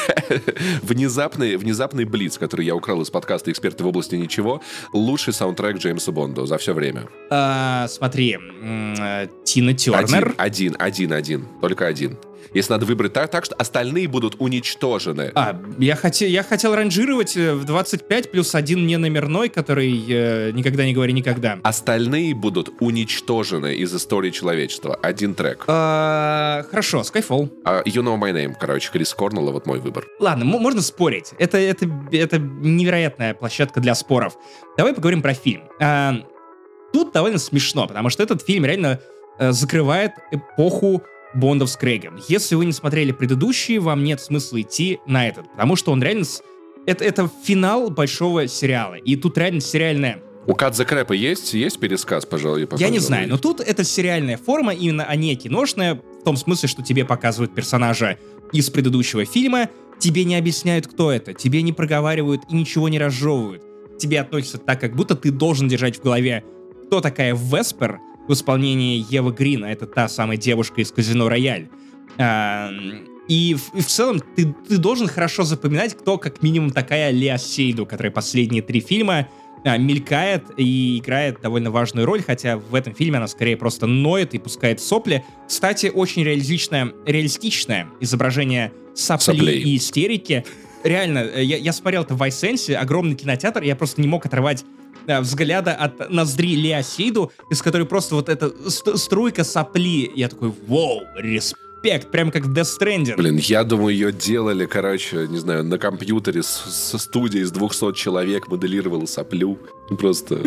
внезапный, внезапный блиц, который я украл из подкаста «Эксперты в области ничего», лучший саундтрек Джеймса Бонда за все время. А, смотри, м, э, Тина Тернер. Один, один, один, один. Только один. Если надо выбрать так, так, что остальные будут уничтожены. А, я хотел, я хотел ранжировать э, в двадцать пять плюс один не номерной, который э, никогда не говори никогда. Остальные будут уничтожены из истории человечества. Один трек. А, хорошо, Skyfall. А, You Know My Name, короче, Крис Корнелла, вот мой выбор. Ладно, м- можно спорить. Это, это, это невероятная площадка для споров. Давай поговорим про фильм. А, тут довольно смешно, потому что этот фильм реально э, закрывает эпоху Бондов с Крейгом. Если вы не смотрели предыдущие, вам нет смысла идти на этот, потому что он реально... С... Это, это финал большого сериала, и тут реально сериальная... У Кадзе Крэпа есть, есть пересказ, пожалуй? Я не знаю, но тут это сериальная форма, именно, а не киношная, в том смысле, что тебе показывают персонажа из предыдущего фильма, тебе не объясняют, кто это, тебе не проговаривают и ничего не разжевывают. Тебе относятся так, как будто ты должен держать в голове, кто такая Веспер в исполнении Евы Грин, а это та самая девушка из «Казино Рояль». А, и, в, и в целом ты, ты должен хорошо запоминать, кто как минимум такая Леа Сейду, которая последние три фильма а, мелькает и играет довольно важную роль, хотя в этом фильме она скорее просто ноет и пускает сопли. Кстати, очень реалистичное, реалистичное изображение сопли Соплей. и истерики. Реально, я, я смотрел это в Вайсенсе, огромный кинотеатр, я просто не мог отрывать а, взгляда от ноздри Леа Сейду, из которой просто вот эта ст- струйка сопли. Я такой, вау, респект, прям как в Death Stranding. Блин, я думаю, ее делали, короче, не знаю, на компьютере с, со студией из двухсот человек, моделировала соплю. Просто...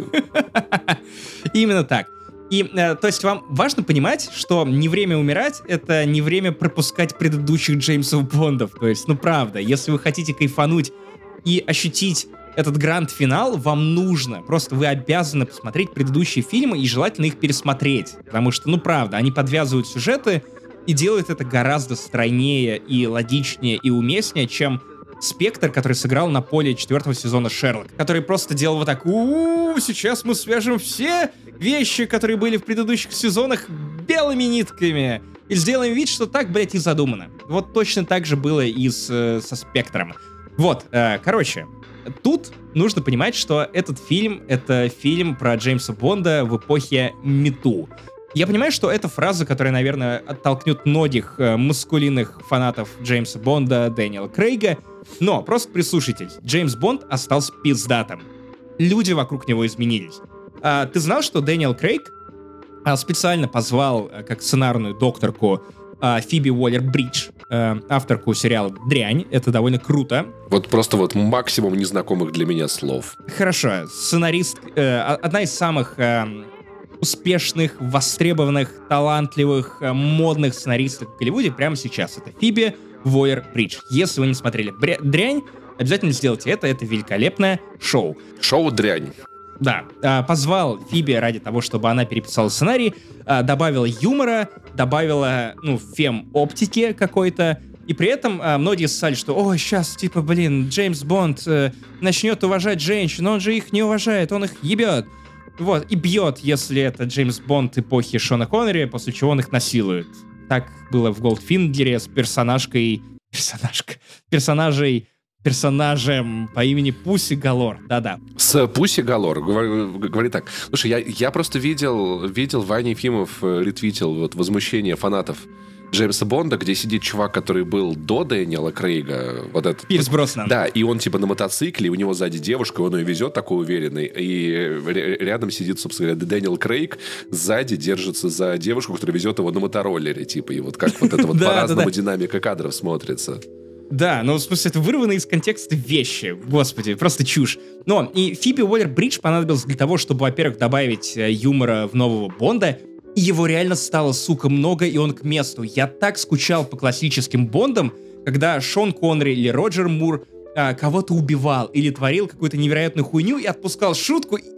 Именно так. И, э, то есть, вам важно понимать, что не время умирать — это не время пропускать предыдущих Джеймсов Бондов. То есть, ну правда, если вы хотите кайфануть и ощутить этот гранд-финал, вам нужно, просто вы обязаны посмотреть предыдущие фильмы и желательно их пересмотреть. Потому что, ну правда, они подвязывают сюжеты и делают это гораздо стройнее и логичнее и уместнее, чем Спектр, который сыграл на поле четвертого сезона Шерлок, который просто делал вот так: у-у-у, сейчас мы свяжем все вещи, которые были в предыдущих сезонах, белыми нитками, и сделаем вид, что так, блядь, и задумано. Вот точно так же было и с, э, со Спектром. Вот, э, короче, тут нужно понимать, что этот фильм — это фильм про Джеймса Бонда в эпохе Мету. Я понимаю, что это фраза, которая, наверное, оттолкнет многих э, маскулинных фанатов Джеймса Бонда, Дэниела Крейга, но просто прислушайтесь, Джеймс Бонд остался пиздатым. Люди вокруг него изменились. А, ты знал, что Дэниел Крейг а, специально позвал а, как сценарную докторку а, Фиби Уоллер-Бридж, а, авторку сериала «Дрянь». Это довольно круто. Вот просто вот максимум незнакомых для меня слов. Хорошо. Сценарист, э, одна из самых э, успешных, востребованных, талантливых, э, модных сценаристов в Голливуде прямо сейчас. Это Фиби Уоллер-Бридж. Если вы не смотрели «Дрянь», обязательно сделайте это. Это великолепное шоу. Шоу «Дрянь». Да, а, позвал Фиби ради того, чтобы она переписала сценарий, а, добавила юмора, добавила, ну, фем-оптики какой-то, и при этом а, многие ссали, что, о, сейчас, типа, блин, Джеймс Бонд э, начнет уважать женщин, он же их не уважает, он их ебет. Вот, и бьет, если это Джеймс Бонд эпохи Шона Коннери, после чего он их насилует. Так было в Голдфингере с персонажкой... Персонажка... Персонажей... персонажем по имени Пусси Галор. Да-да. С Пусси Галор. Говори, говори так. Слушай, я, я просто видел, видел Ваня Ефимов ретвитил вот возмущение фанатов Джеймса Бонда, где сидит чувак, который был до Дэниела Крейга. Вот этот. Пирс Броснан. Да, и он типа на мотоцикле, и у него сзади девушка, он ее везет такой уверенный, и рядом сидит, собственно говоря, Дэниел Крейг, сзади держится за девушку, которая везет его на мотороллере, типа, и вот как вот это вот по-разному динамика кадров смотрится. Да, ну, в смысле, это вырвано из контекста вещи. Господи, просто чушь. Но и Фиби Уоллер-Бридж понадобилось для того, чтобы, во-первых, добавить юмора в нового Бонда, и его реально стало, сука, много, и он к месту. Я так скучал по классическим Бондам, когда Шон Коннери или Роджер Мур а, кого-то убивал или творил какую-то невероятную хуйню и отпускал шутку и,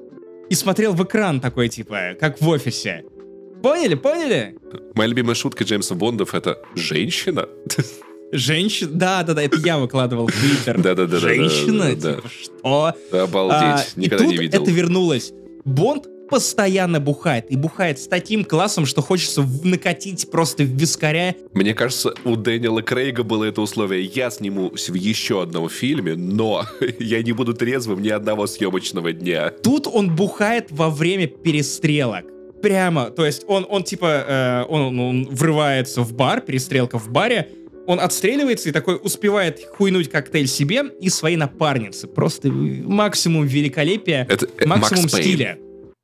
и смотрел в экран такой, типа, как в офисе. Поняли, поняли? Моя любимая шутка Джеймса Бондов — это «женщина». Женщина? Да-да-да, это я выкладывал в Твиттер. Да-да-да. Женщина? Типа, что? Обалдеть, никогда не видел. И тут это вернулось. Бонд постоянно бухает. И бухает с таким классом, что хочется накатить просто в вискаря. Мне кажется, у Дэниела Крейга было это условие: я снимусь в еще одном фильме, но я не буду трезвым ни одного съемочного дня. Тут он бухает во время перестрелок. Прямо, то есть он, он типа, э, он, он врывается в бар, перестрелка в баре, он отстреливается и такой успевает хуйнуть коктейль себе и своей напарнице. Просто максимум великолепия, это, э, максимум стиля.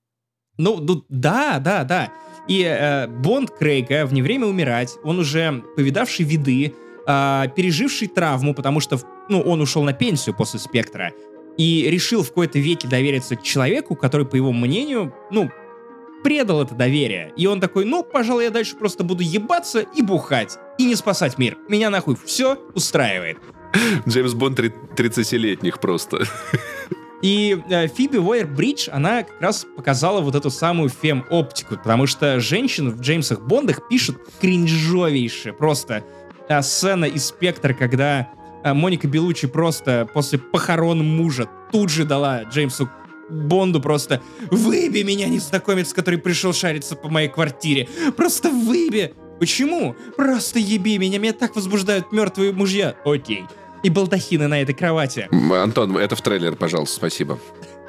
Ну, ну, да, да, да. И э, Бонд Крейга в «Не время умирать», он уже повидавший виды, э, переживший травму, потому что, ну, он ушел на пенсию после «Спектра». и решил в какой-то веке довериться человеку, который, по его мнению, ну, предал это доверие. И он такой, ну, пожалуй, я дальше просто буду ебаться и бухать, и не спасать мир. Меня нахуй все устраивает. Джеймс Бонд тридцатилетних просто. И э, Фиби Уэйр-Бридж, она как раз показала вот эту самую фем-оптику, потому что женщин в Джеймсах Бондах пишут кринжовейше. Просто э, сцена из «Спектра», когда э, Моника Беллуччи просто после похорон мужа тут же дала Джеймсу Бонду просто «Выеби меня, незнакомец, который пришел шариться по моей квартире! Просто выеби!» Почему? Просто еби меня, меня так возбуждают мертвые мужья. Окей. И балдахины на этой кровати. Антон, это в трейлер, пожалуйста, спасибо.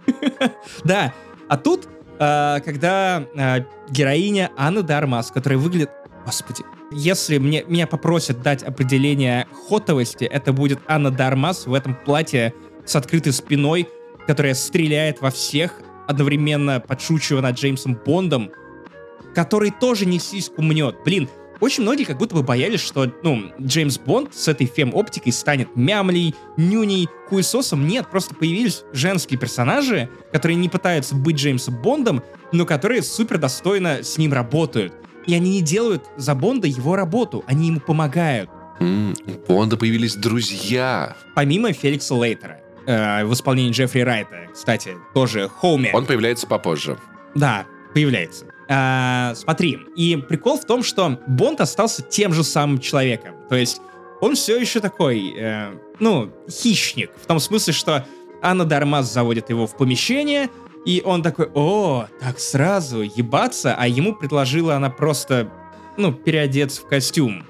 Да, а тут, э, когда э, героиня Анна де Армас, которая выглядит... Господи, если мне, меня попросят дать определение хотовости, это будет Анна де Армас в этом платье с открытой спиной, которая стреляет во всех, одновременно подшучивая над Джеймсом Бондом, который тоже не сиську мнет. Блин, очень многие как будто бы боялись, что, ну, Джеймс Бонд с этой фем-оптикой станет мямлей, нюней, хуесосом. Нет, просто появились женские персонажи, которые не пытаются быть Джеймсом Бондом, но которые супер достойно с ним работают. И они не делают за Бонда его работу, они ему помогают. Mm, у Бонда появились друзья. Помимо Феликса Лейтера, э, в исполнении Джеффри Райта, кстати, тоже Хоуми. Он появляется попозже. Да, появляется. А, смотри, и прикол в том, что Бонд остался тем же самым человеком. То есть он все еще такой, э, ну, хищник. В том смысле, что Анна де Армас заводит его в помещение, и он такой, о, так сразу, ебаться, а ему предложила она просто, ну, переодеться в костюм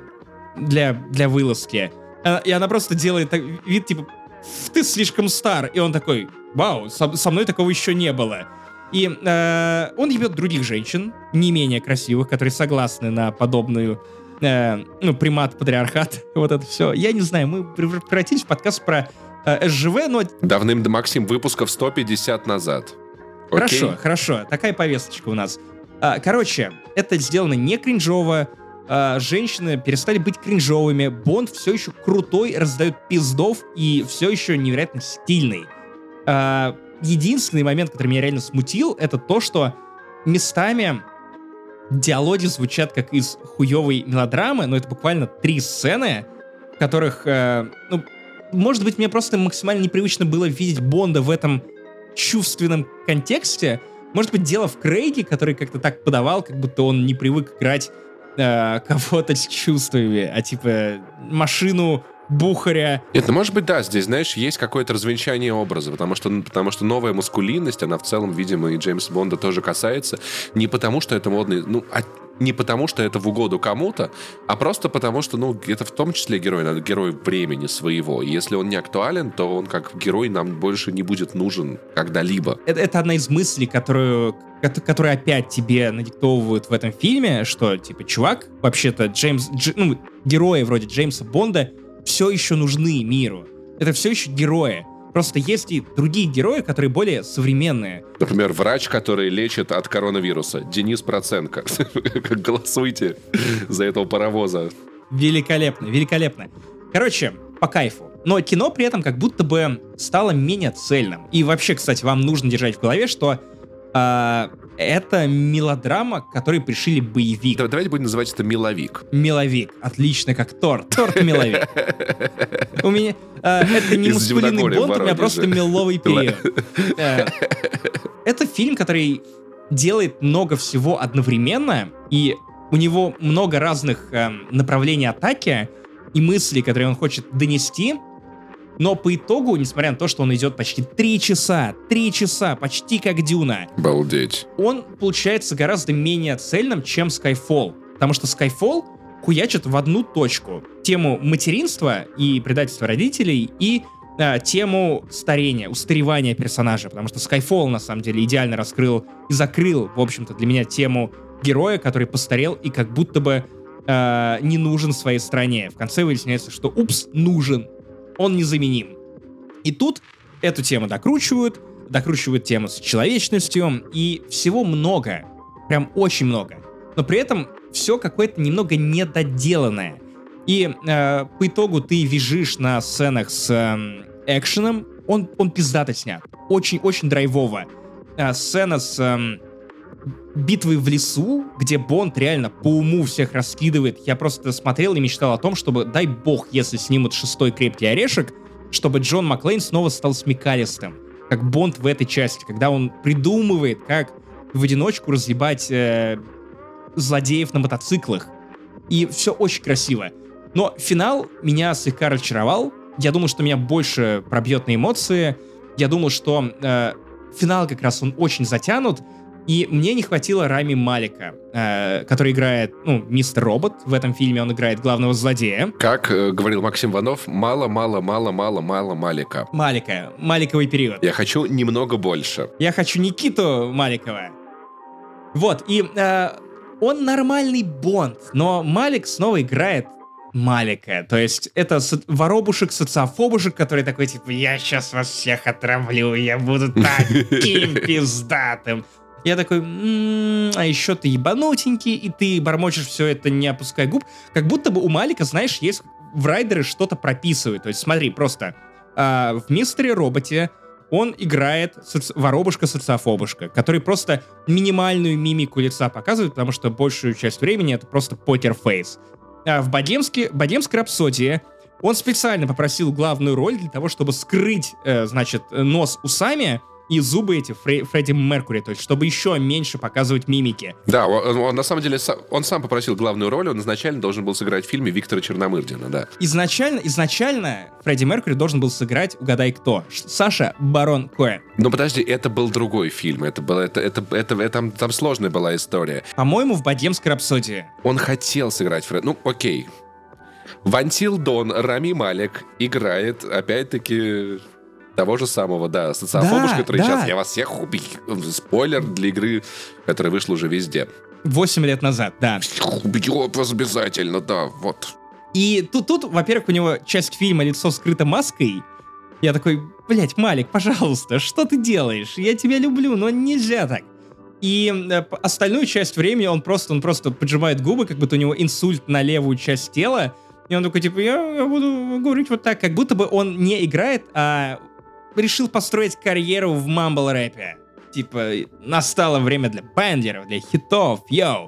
для, для вылазки. И она просто делает так, вид, типа, ты слишком стар. И он такой, вау, со, со мной такого еще не было. И э, он ебет других женщин, не менее красивых, которые согласны на подобную, э, ну, примат-патриархат, вот это все. Я не знаю, мы превратились в подкаст про э, СЖВ, но... Давным-давно, Максим, выпусков сто пятьдесят назад. Хорошо, Окей? хорошо, такая повесточка у нас. А, короче, это сделано не кринжово, а, женщины перестали быть кринжовыми, Бонд все еще крутой, раздает пиздов и все еще невероятно стильный. А, единственный момент, который меня реально смутил, это то, что местами диалоги звучат как из хуевой мелодрамы, но это буквально три сцены, в которых, э, ну, может быть, мне просто максимально непривычно было видеть Бонда в этом чувственном контексте. Может быть, дело в Крейге, который как-то так подавал, как будто он не привык играть э, кого-то с чувствами, а типа машину бухаря. Нет, ну может быть, да, здесь, знаешь, есть какое-то развенчание образа, потому что, потому что новая маскулинность, она в целом, видимо, и Джеймса Бонда тоже касается, не потому что это модный, ну, а не потому что это в угоду кому-то, а просто потому что, ну, это в том числе герой, надо герой времени своего. И если он не актуален, то он как герой нам больше не будет нужен когда-либо. Это, это одна из мыслей, которую, которую опять тебе надиктовывают в этом фильме, что, типа, чувак, вообще-то Джеймс, Дж, ну, герои вроде Джеймса Бонда все еще нужны миру. Это все еще герои. Просто есть и другие герои, которые более современные. Например, врач, который лечит от коронавируса. Денис Проценко. Голосуйте за этого паровоза. Великолепно, великолепно. Короче, по кайфу. Но кино при этом как будто бы стало менее цельным. И вообще, кстати, вам нужно держать в голове, что э, это мелодрама, к которой пришили боевик. Давайте будем называть это меловик. Меловик. Отлично, как торт. Торт-меловик. У меня... Это не мускулинный Бонд, у меня просто меловый период. Это фильм, который делает много всего одновременно, и у него много разных направлений атаки и мыслей, которые он хочет донести, но по итогу, несмотря на то, что он идет почти три часа, три часа, почти как Дюна, Балдеть. Он получается гораздо менее цельным, чем Skyfall. Потому что Skyfall хуячит в одну точку тему материнства и предательства родителей, и э, тему старения, устаревания персонажа. Потому что Skyfall, на самом деле, идеально раскрыл и закрыл, в общем-то, для меня тему героя, который постарел и как будто бы э, не нужен своей стране. В конце выясняется, что упс, нужен. Он незаменим. И тут эту тему докручивают, докручивают тему с человечностью, и всего много. Прям очень много. Но при этом все какое-то немного недоделанное. И э, по итогу ты визжишь на сценах с э, экшеном, он, он пиздато снят. Очень-очень драйвово. А, сцена с эм, битвой в лесу, где Бонд реально по уму всех раскидывает. Я просто смотрел и мечтал о том, чтобы, дай бог, если снимут шестой «Крепкий орешек», чтобы Джон Маклейн снова стал смекалистым, как Бонд в этой части, когда он придумывает, как в одиночку разъебать э, злодеев на мотоциклах. И все очень красиво. Но финал меня слегка разочаровал. Я думал, что меня больше пробьет на эмоции. Я думал, что э, финал как раз он очень затянут. И мне не хватило Рами Малика, э, который играет, ну, мистер Робот в этом фильме, он играет главного злодея. Как э, говорил Максим Иванов, мало-мало-мало-мало-мало Малика. Малика, Маликовый период. Я хочу немного больше. Я хочу Никиту Маликова. Вот, и э, он нормальный Бонд, но Малик снова играет Малика. То есть это со- воробушек, социофобушек, который такой, типа, я сейчас вас всех отравлю, я буду таким пиздатым. Я такой, м-м, а еще ты ебанутенький, и ты бормочешь все это, не опуская губ. Как будто бы у Малика, знаешь, есть в райдеры что-то прописывают. То есть смотри, просто а, в «Мистере Роботе» он играет соци- воробушка-социофобушка, который просто минимальную мимику лица показывает, потому что большую часть времени это просто покерфейс. А в «Богемске», «Богемской рапсодии» он специально попросил главную роль для того, чтобы скрыть, э, значит, нос усами и зубы эти Фре- Фредди Меркьюри, то есть чтобы еще меньше показывать мимики. Да, он, он на самом деле са- он сам попросил главную роль, он изначально должен был сыграть в фильме Виктора Черномырдина, да. Изначально, изначально Фредди Меркьюри должен был сыграть, угадай кто, Ш- Саша Барон Коэн. Но подожди, это был другой фильм, это было, это, это, это, это- там, там сложная была история. По-моему, в «Богемской рапсодии». Он хотел сыграть Фред, ну окей. В Until Dawn Рами Малек играет, опять-таки, того же самого, да, социофобуш, Да, который да. сейчас «Я вас всех убью». Спойлер для игры, которая вышла уже везде. Восемь лет назад, да. Убьет вас обязательно, да, вот. И тут, тут, во-первых, у него часть фильма лицо скрыто маской. Я такой, блять, Малик, пожалуйста, что ты делаешь? Я тебя люблю, но нельзя так. И э, п- остальную часть времени он просто, он просто поджимает губы, как будто у него инсульт на левую часть тела. И он такой, типа, я, я буду говорить вот так, как будто бы он не играет, а решил построить карьеру в мамбл-рэпе. Типа, настало время для бендеров, для хитов, йоу.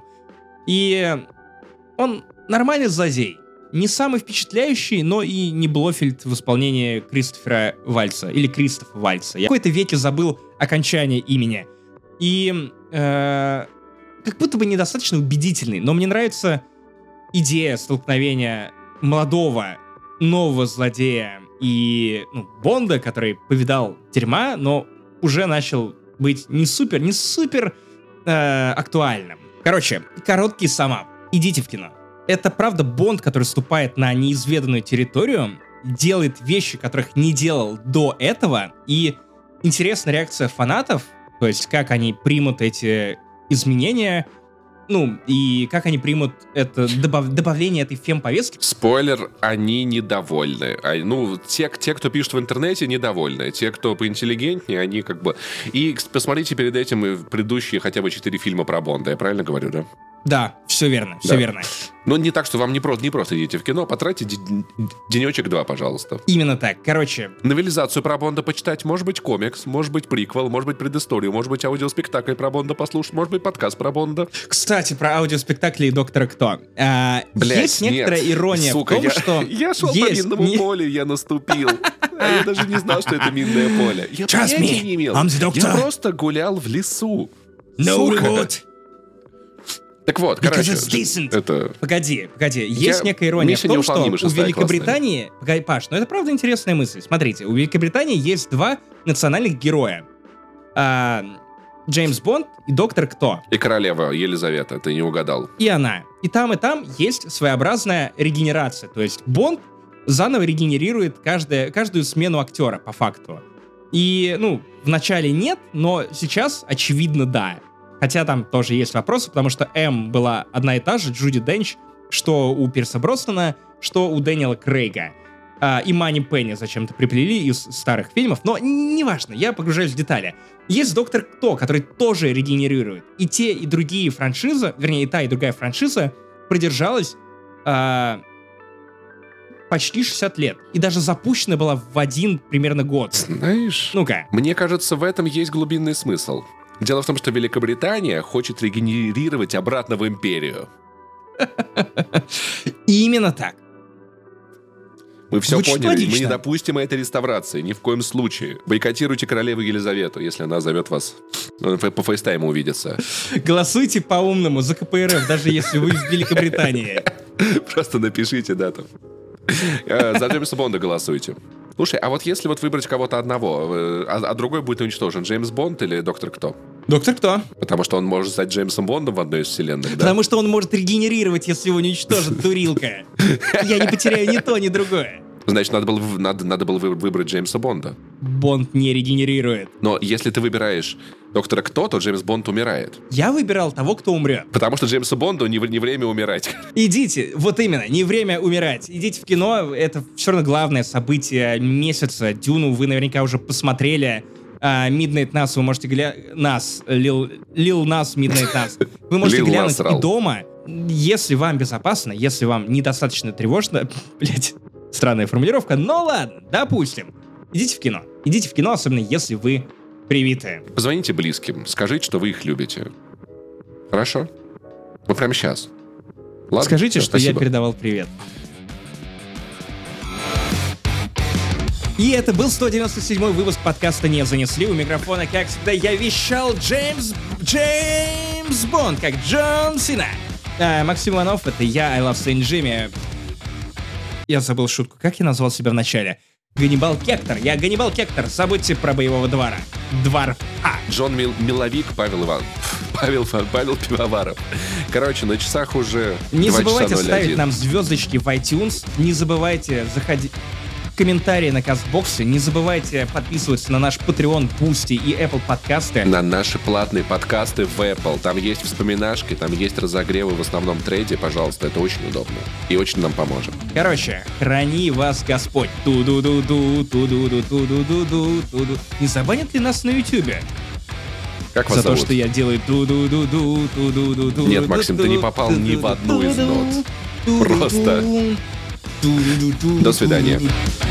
И он нормальный злодей. Не самый впечатляющий, но и не Блофельд в исполнении Кристофера Вальца. Или Кристофа Вальца. Я в какой-то веке забыл окончание имени. И э, как будто бы недостаточно убедительный. Но мне нравится идея столкновения молодого, нового злодея и ну, Бонда, который повидал тюрьма, но уже начал быть не супер, не супер э, актуальным. Короче, короткий самап. Идите в кино. Это правда Бонд, который ступает на неизведанную территорию, делает вещи, которых не делал до этого, и интересная реакция фанатов, то есть как они примут эти изменения, ну, и как они примут это добав- добавление этой фем-повестки. Спойлер, они недовольны. А, ну, те, те, кто пишет в интернете, недовольны. Те, кто поинтеллигентнее, они как бы... И посмотрите перед этим и предыдущие хотя бы четыре фильма про Бонда. Я правильно говорю, да? Да, все верно, все Да. верно. Но не так, что вам не просто, не просто идите в кино, потратьте де- денечек-два, пожалуйста. Именно так. Короче, Новелизацию про Бонда почитать, может быть, комикс, может быть, приквел, может быть, предысторию, может быть, аудиоспектакль про Бонда послушать, может быть, подкаст про Бонда. кстати, про аудиоспектакли и Доктора Кто. А, Блядь, есть некоторая нет. ирония Сука, в том, я, что я шел по есть минному не- полю, я наступил. А я даже не знал, что это минное поле. Я Trust понятия me, не имел. I'm the doctor. Я просто гулял в лесу. No Сука. reward. Так вот, Because короче, it's decent. это... Погоди, погоди. Есть некая ирония Миша в том, что неуполнимый, у шестая Великобритании... Погоди, Паш, ну это правда интересная мысль. Смотрите, у Великобритании есть два национальных героя. А, Джеймс Бонд и Доктор Кто. И королева Елизавета, ты не угадал. И она. И там, и там есть своеобразная регенерация. То есть Бонд заново регенерирует каждое, каждую смену актера, по факту. И, ну, вначале нет, но сейчас, очевидно, да. Хотя там тоже есть вопросы, потому что М была одна и та же, Джуди Денч, что у Пирса Броснана, что у Дэниела Крейга. А, и Мани Пенни зачем-то приплели из старых фильмов, но неважно, я погружаюсь в детали. Есть Доктор Кто, который тоже регенерирует. И те, и другие франшизы, вернее, и та, и другая франшиза продержалась а, почти шестьдесят лет. И даже запущена была в один примерно год. Знаешь, Ну-ка. мне кажется, в этом есть глубинный смысл. Дело в том, что Великобритания хочет регенерировать обратно в империю. Именно так. Мы все Звучит поняли, логично. мы не допустим этой реставрации, ни в коем случае. Бойкотируйте королеву Елизавету, если она зовет вас э, по фейстайму увидеться. Голосуйте по-умному за ка пэ эр эф, даже если вы в Великобритании. Просто напишите дату. Э, За Джеймса Бонда голосуйте. Слушай, а вот если вот выбрать кого-то одного, э, а, а другой будет уничтожен, Джеймс Бонд или Доктор Кто? Доктор Кто? Потому что он может стать Джеймсом Бондом в одной из вселенных, да? Потому что он может регенерировать, если его уничтожит дурилка. Я не потеряю ни то, ни другое. Значит, надо было, в- надо, надо было вы- выбрать Джеймса Бонда. Бонд не регенерирует. Но если ты выбираешь Доктора Кто, то Джеймс Бонд умирает. Я выбирал того, кто умрет. Потому что Джеймсу Бонду не, в- не время умирать. Идите, вот именно, не время умирать. Идите в кино, это все равно главное событие месяца. Дюну вы наверняка уже посмотрели. А, Midnight Nas вы можете глянуть... Нас, Лил, Лил Нас, Midnight Nas. Вы можете Lil глянуть Nas Ral. и дома, если вам безопасно, если вам недостаточно тревожно. Блять, странная формулировка, но ладно, допустим. Идите в кино. Идите в кино, особенно если вы привитые. Позвоните близким, скажите, что вы их любите. Хорошо? Вот прямо сейчас. Ладно? Скажите, Всё, что я спасибо. передавал привет. И это был сто девяносто седьмой выпуск подкаста «Не занесли». У микрофона, как всегда, я вещал Джеймс... Джеймс Бонд, как Джон Сина. А, Максим Иванов, это я, I Love Saint Jimmy. Я забыл шутку. Как я назвал себя в начале? Ганнибал Кектор. Я Ганнибал Кектор. Забудьте про боевого двора. Двор. А. Джон Мил- Миловик, Павел Иван. Павел, Павел Пивоваров. Короче, на часах уже Не два забывайте часа ноль ставить один. нам звездочки в iTunes. Не забывайте заходить... комментарии на Кастбоксе. Не забывайте подписываться на наш Patreon, Boosty и Apple подкасты. На наши платные подкасты в Apple. Там есть вспоминашки, там есть разогревы в основном трейде. Пожалуйста, это очень удобно. И очень нам поможет. Короче, храни вас Господь. Ту-ду-ду-ду, ту-ду-ду, ту-ду-ду-ду, ту-ду. Не забанят ли нас на Ютубе? Как вас За то, зовут? что я делаю ту-ду-ду-ду, ту-ду-ду-ду. Нет, Максим, ты не попал ни в одну из нот. Просто. Ту-ду-ду, ту-ду-ду, До свидания. ту-ду-ду.